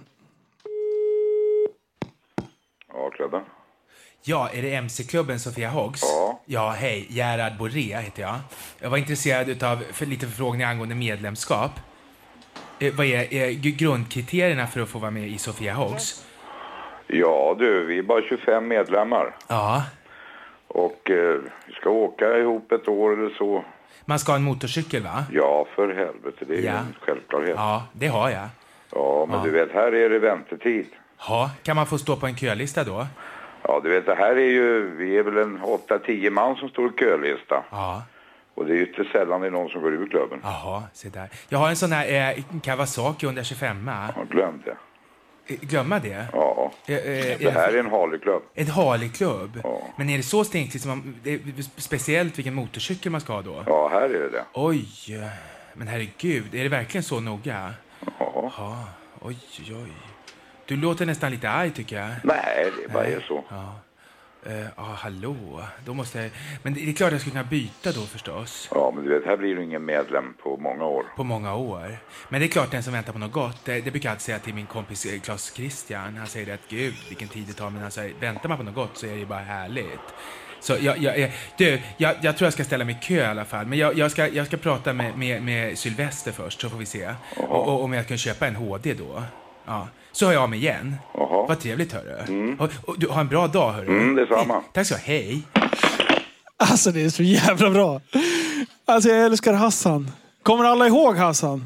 Speaker 6: Ja, klubben.
Speaker 7: Ja, är det MC-klubben Sofia Hoggs?
Speaker 6: Ja.
Speaker 7: Ja, hej. Gerard Borré heter jag. Jag var intresserad av lite förfrågningar angående medlemskap. Vad är grundkriterierna för att få vara med i Sofia Hoggs?
Speaker 6: Ja du, vi är bara 25 medlemmar.
Speaker 7: Ja.
Speaker 6: Och vi ska åka ihop ett år eller så.
Speaker 7: Man ska ha en motorcykel, va?
Speaker 6: Ja, för helvete. Det är ju en självklart.
Speaker 7: Ja, det har jag.
Speaker 6: Ja, men du vet, här är det väntetid.
Speaker 7: Ja, kan man få stå på en kölista då?
Speaker 6: Ja, du vet, det här är ju... Vi är väl en 8-10 man som står i kölista.
Speaker 7: Ja.
Speaker 6: Och det är ju inte sällan det är någon som går ur klubben.
Speaker 7: Jaha, se där. Jag har en sån här Kawasaki 125.
Speaker 6: Ja, glöm det.
Speaker 7: Glömma det?
Speaker 6: Ja. Det här är en Harley-klubb.
Speaker 7: En Harley-klubb?
Speaker 6: Ja.
Speaker 7: Men är det så stinkigt? Speciellt vilken motorcykel man ska ha då?
Speaker 6: Ja, här är det.
Speaker 7: Oj, men herregud, är det verkligen så noga?
Speaker 6: Ja.
Speaker 7: Ja, oj. Du låter nästan lite arg, tycker jag.
Speaker 6: Nej, det bara är så.
Speaker 7: Ja. Hallå. Då måste jag... Men det är klart att jag skulle kunna byta då förstås.
Speaker 6: Ja, men du vet, här blir du ingen medlem på många år.
Speaker 7: På många år. Men det är klart, den som väntar på något gott. Det brukar jag alltid säga till min kompis Claes Christian. Han säger att gud, vilken tid det tar. Men han säger, väntar man på något gott så är det ju bara härligt. Så jag tror jag ska ställa mig i kö i alla fall. Men jag ska prata med Sylvester först, så får vi se. Och om jag kan köpa en HD då. Ja. Så hör jag mig igen.
Speaker 6: Aha.
Speaker 7: Vad trevligt, hörru. Och du har en bra dag, hörru.
Speaker 6: Det är samma.
Speaker 7: Tack så, hej.
Speaker 4: Alltså, det är så jävla bra. Alltså, jag älskar Hassan. Kommer alla ihåg Hassan?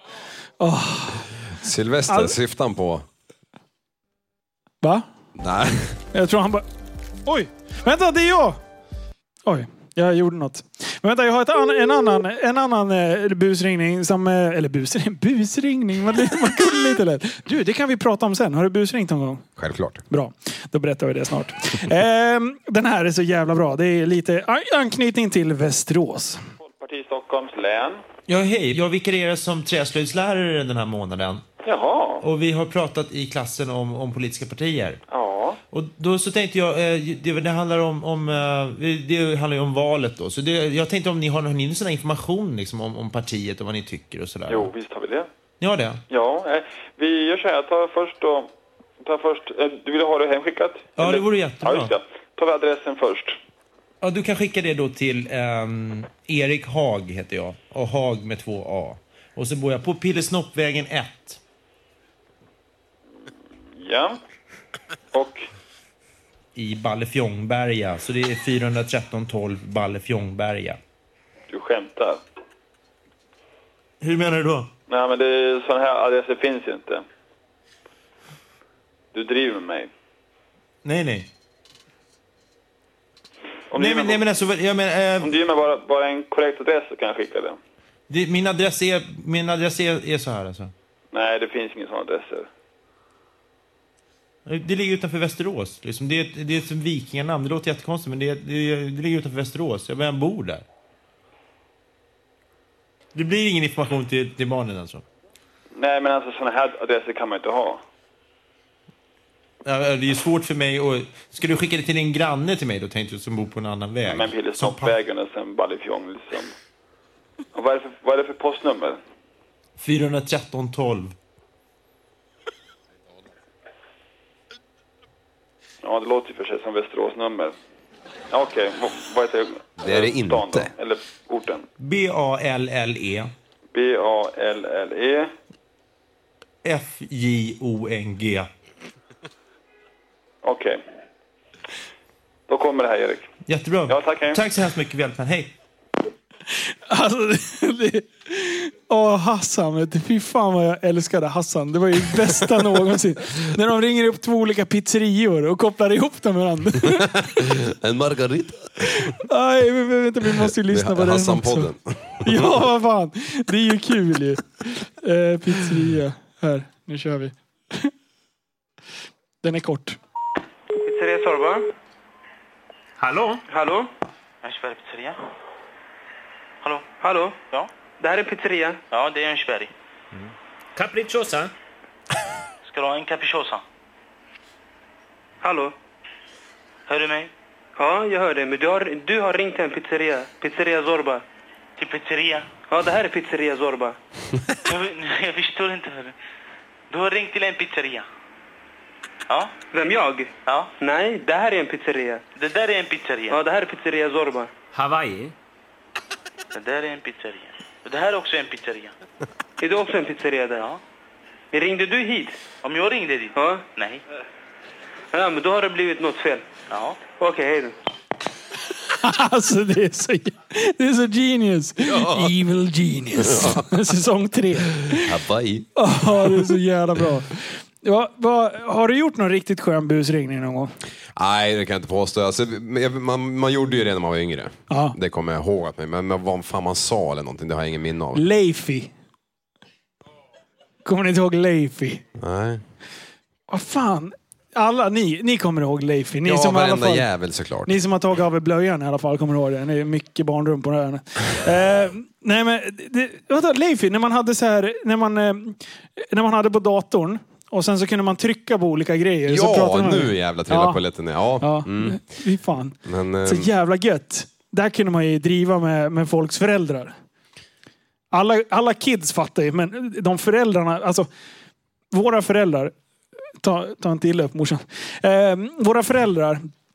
Speaker 5: Sylvester, syftar han på?
Speaker 4: Va?
Speaker 5: Nej.
Speaker 4: Jag tror han bara... Oj! Vänta, det är jag! Oj, jag gjorde något. Men vänta, jag har en annan busringning som... Eller busringning? Man kunde lite lätt. Du, det kan vi prata om sen. Har du busringt någon gång?
Speaker 5: Självklart.
Speaker 4: Bra, då berättar vi det snart. Den här är så jävla bra. Det är lite anknytning till Västerås.
Speaker 6: Folkparti Stockholms län.
Speaker 8: Ja, hej. Jag vikarierar som träslöjdslärare den här månaden.
Speaker 6: Jaha.
Speaker 8: Och vi har pratat i klassen om politiska partier.
Speaker 6: Ja.
Speaker 8: Och då så tänkte jag, det handlar det handlar ju om valet då. Så jag tänkte om ni har någon sån här information liksom, om partiet och vad ni tycker och sådär.
Speaker 6: Jo, visst har vi det.
Speaker 8: Ni har det?
Speaker 6: Ja, vi gör så här. Ta först. Du vill ha det hemskickat?
Speaker 8: Ja,
Speaker 6: eller?
Speaker 8: Det vore jättebra.
Speaker 6: Ja, just det. Tar vi adressen först.
Speaker 8: Ja, du kan skicka det då till Erik Hag heter jag. Och Hag med 2 A. Och så bor jag på Pillesnoppvägen 1.
Speaker 6: Ja. Och?
Speaker 8: I Ballefjongberga. Så det är 413-12 Ballefjongberga.
Speaker 6: Du skämtar.
Speaker 8: Hur menar du då?
Speaker 6: Nej, men sådana här adresser finns ju inte. Du driver med mig.
Speaker 8: Nej.
Speaker 6: Om du ger mig bara en korrekt adress så kan jag skicka den.
Speaker 8: Min adress är så här alltså.
Speaker 6: Nej, det finns ingen sån adresser.
Speaker 8: Det ligger utanför Västerås. Liksom. Det är ett vikingarnamn. Det låter jättekonstigt, men det ligger utanför Västerås. Jag bor där. Det blir ingen information till barnen alltså?
Speaker 6: Nej, men alltså såna här adresser kan man inte ha.
Speaker 8: Ja, det är svårt för mig att... Ska du skicka det till en granne till mig då, tänkte du, som bor på en annan väg?
Speaker 6: Men Pillesnoppvägen och sen Ballefjong liksom. Och vad är det för postnummer?
Speaker 8: 413-12.
Speaker 6: Ja, det låter ju för sig som Västeråsnummer. Ja, okej. Vad heter det?
Speaker 5: Det är det inte.
Speaker 6: Då? Eller orten?
Speaker 8: B-A-L-L-E.
Speaker 6: B-A-L-L-E.
Speaker 8: F-J-O-N-G.
Speaker 6: Okej. Då kommer det här, Erik.
Speaker 8: Jättebra.
Speaker 6: Ja, tack. Hej.
Speaker 8: Tack så hemskt mycket, välkommen. Hej.
Speaker 4: Alltså, Hassan, vet du, fy fan vad jag älskade Hassan. Det var ju bästa någonsin. När de ringer upp 2 olika pizzerior och kopplar ihop dem med varandra.
Speaker 5: En margarita.
Speaker 4: Nej, vi måste ju lyssna på den också.
Speaker 5: Hassan-podden.
Speaker 4: Ja, vad fan. Det är ju kul ju. Pizzeria. Här, nu kör vi. Den är kort.
Speaker 9: Pizzeria Sorba.
Speaker 7: Hallå?
Speaker 9: Hallå?
Speaker 10: Örnsberg pizzeria. Hallå?
Speaker 9: Hallå?
Speaker 10: Ja?
Speaker 9: Det här är pizzeria.
Speaker 10: Ja, det är Örnsberg.
Speaker 7: Capricciosa?
Speaker 10: Ska du ha en capricciosa?
Speaker 9: Hallå?
Speaker 10: Hör du mig?
Speaker 9: Ja, jag hör dig. Men du har ringt till en pizzeria. Pizzeria Zorba.
Speaker 10: Till pizzeria?
Speaker 9: Ja, det här är pizzeria Zorba.
Speaker 10: Jag förstår inte. Du har ringt till en pizzeria. Ja?
Speaker 9: Vem, jag?
Speaker 10: Ja.
Speaker 9: Nej, det här är en pizzeria.
Speaker 10: Det där är en pizzeria.
Speaker 9: Ja, det här är pizzeria Zorba.
Speaker 7: Hawaii?
Speaker 10: Det där är en pizzeria. Och det här är också en pizzeria.
Speaker 9: Är det också en pizzeria där?
Speaker 10: Ja.
Speaker 9: Ringde du hit?
Speaker 10: Om jag ringde dit?
Speaker 9: Ja.
Speaker 10: Nej.
Speaker 9: Ja, men då har det blivit något fel.
Speaker 10: Ja.
Speaker 9: Okej, hej då.
Speaker 4: Alltså det är så genius. Ja. Evil genius. Ja. Säsong 3.
Speaker 5: Hawaii.
Speaker 4: Ja, det är så jävla bra. Har du gjort någon riktigt skön busringning någon gång?
Speaker 5: Nej, det kan jag inte påstå. Alltså, man gjorde ju det när man var yngre.
Speaker 4: Ja.
Speaker 5: Det kommer jag ihåg. Men vad fan man sa eller någonting, det har jag ingen minne av.
Speaker 4: Leifi. Kommer ni inte ihåg Leifi?
Speaker 5: Nej.
Speaker 4: Vad fan? Alla ni kommer ihåg Leifi. Ni
Speaker 5: ja,
Speaker 4: som
Speaker 5: varenda
Speaker 4: i alla fall,
Speaker 5: jävel såklart.
Speaker 4: Ni som har tagit av blöjan i alla fall kommer ihåg det. Det är mycket barnrum på det här. Nej men, Leifi, när man hade så här, när man hade på datorn och sen så kunde man trycka på olika grejer.
Speaker 5: Ja,
Speaker 4: så
Speaker 5: nu jävla trillar på lätten. Ja.
Speaker 4: Fy fan.
Speaker 5: Men,
Speaker 4: så jävla gött. Där kunde man ju driva med folks föräldrar. Alla kids fattar ju, men de föräldrarna, alltså våra föräldrar, ta inte illa upp morsan. Våra föräldrar,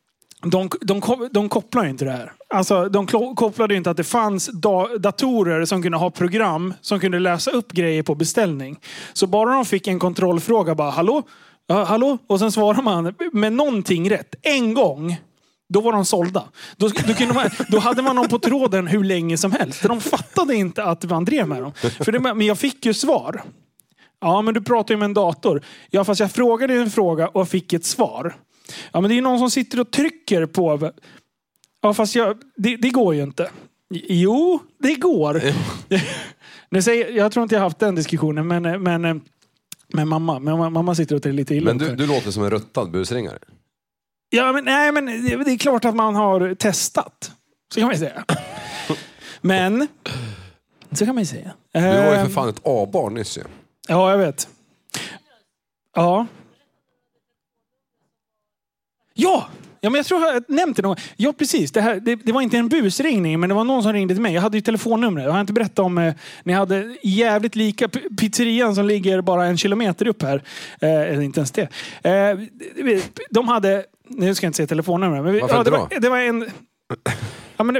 Speaker 4: de kopplar ju inte det här. Alltså, de kopplade ju inte att det fanns datorer som kunde ha program som kunde läsa upp grejer på beställning. Så bara de fick en kontrollfråga, bara hallå? Ja, hallå? Och sen svarar man med någonting rätt. En gång. Då var de sålda. Då hade man dem på tråden hur länge som helst. De fattade inte att det var André med dem. Men jag fick ju svar. Ja, men du pratar ju med en dator. Ja, fast jag frågade en fråga och fick ett svar. Ja, men det är ju någon som sitter och trycker på... Ja, fast det går ju inte. Jo, det går. Jag tror inte jag har haft den diskussionen, men mamma sitter och tar lite illa.
Speaker 5: Men du låter som en ruttad busringare.
Speaker 4: Ja, men det är klart att man har testat. Så kan man ju säga. Men så kan man ju säga.
Speaker 5: Du var ju för fan ett A-barn nyss ju.
Speaker 4: Ja, jag vet. Ja. Ja, men jag tror jag har nämnt det någon. Ja, precis. Det var inte en busringning, men det var någon som ringde till mig. Jag hade ju telefonnumret. Jag har inte berättat om när jag hade jävligt lika pizzerian som ligger bara 1 kilometer upp här. Eller inte ens det. De hade... Nu ska jag inte säga telefonnumret. Men det var en... Ja, men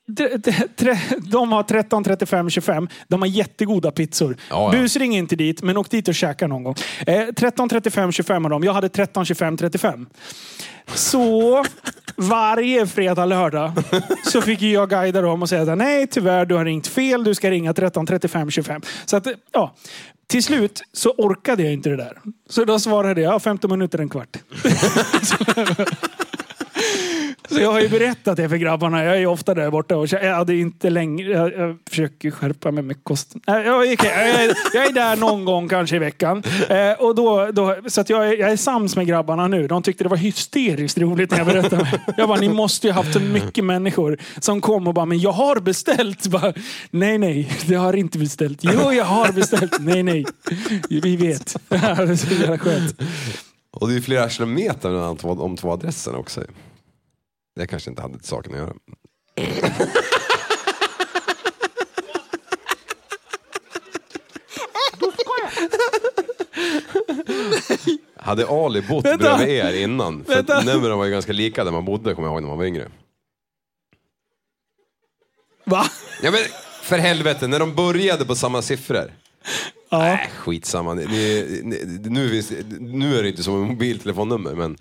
Speaker 4: de har 13 35 25. De har jättegoda pizzor. Ja. Busring inte dit, men åk dit och käka någon gång. 13 35 25 av dem. Jag hade 13 25 35. Så varje fredag lördag så fick jag guida dem och säga nej, tyvärr, du har ringt fel. Du ska ringa 13 35 25. Så att, ja, till slut så orkade jag inte det där. Så då svarade jag 15 minuter, en kvart. Så jag har ju berättat det för grabbarna. Jag är ju ofta där borta och jag hade inte längre... Jag försöker skärpa mig med kosten. Jag är där någon gång kanske i veckan. Och så att jag är sams med grabbarna nu. De tyckte det var hysteriskt roligt när jag berättade. Jag bara, ni måste ju ha haft så mycket människor som kom och bara, men jag har beställt. Bara, nej, det har inte beställt. Jo, jag har beställt. Nej. Vi vet. Det är så jävla skönt.
Speaker 5: Och det är flera kilometer om 2 adresserna också. Det kanske inte hade till saken att göra. Hade Ali bott bredvid er innan? För numren var ju ganska lika där man bodde, kommer jag ihåg, när man var yngre.
Speaker 4: Va?
Speaker 5: Ja, men för helvete, när de började på samma siffror.
Speaker 4: Ja.
Speaker 5: Skitsamma. Nu är det inte som en mobiltelefonnummer, men...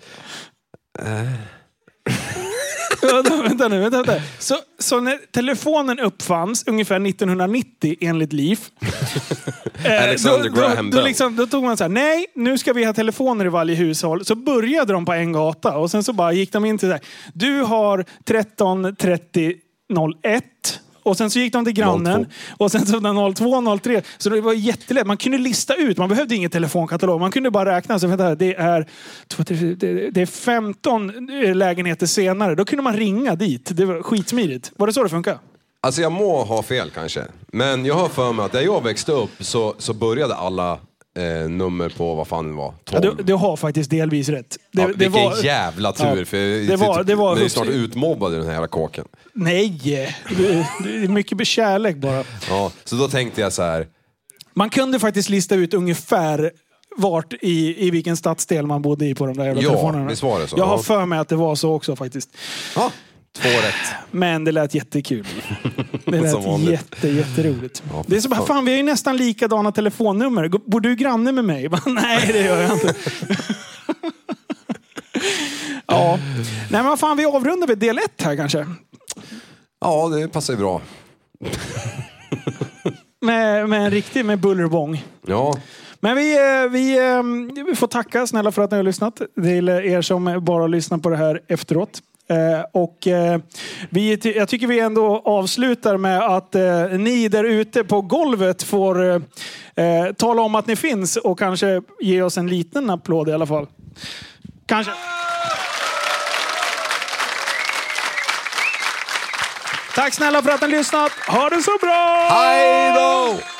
Speaker 4: Vänta. Så när telefonen uppfanns ungefär 1990 enligt Liv.
Speaker 5: Alexander Graham Bell.
Speaker 4: Då tog man så här, nej, nu ska vi ha telefoner i varje hushåll. Så började de på en gata och sen så bara gick de in till så här, du har 13 30 01. Och sen så gick de till grannen. 02. Och sen så 02, 03. Så det var jättelätt. Man kunde lista ut. Man behövde ingen telefonkatalog. Man kunde bara räkna. Så vänta, det är 15 lägenheter senare. Då kunde man ringa dit. Det var skitsmidigt. Var det så det funkar?
Speaker 5: Alltså jag må ha fel kanske. Men jag har för mig att när jag växte upp så började alla nummer på vad fan det var. 12.
Speaker 4: Ja, du har faktiskt delvis rätt.
Speaker 5: Vilken jävla tur. Ja, för det är snart utmobbad i den här jävla kåken.
Speaker 4: Nej, det är mycket kärlek bara.
Speaker 5: Ja, så då tänkte jag så här.
Speaker 4: Man kunde faktiskt lista ut ungefär vart i vilken stadsdel man bodde i på de där jävla telefonerna.
Speaker 5: Visst var det så.
Speaker 4: Jag har för mig att det var så också faktiskt.
Speaker 5: Ja, 2 rätt.
Speaker 4: Men det lät jättekul. Det lät jätteroligt. Ja, det är så bara, fan, vi har ju nästan likadana telefonnummer. Bor du granne med mig? Nej, det gör jag inte. Ja. Nej, men vad fan, vi avrundar med del 1 här kanske.
Speaker 5: Ja, det passar ju bra.
Speaker 4: med en riktig, med bullerbång.
Speaker 5: Ja.
Speaker 4: Men vi får tacka snälla för att ni har lyssnat. Det är er som bara lyssnar på det här efteråt. Jag tycker vi ändå avslutar med att ni där ute på golvet får tala om att ni finns och kanske ge oss en liten applåd i alla fall. Kanske. Tack snälla för att ni har lyssnat. Ha det så bra!
Speaker 5: Hej då!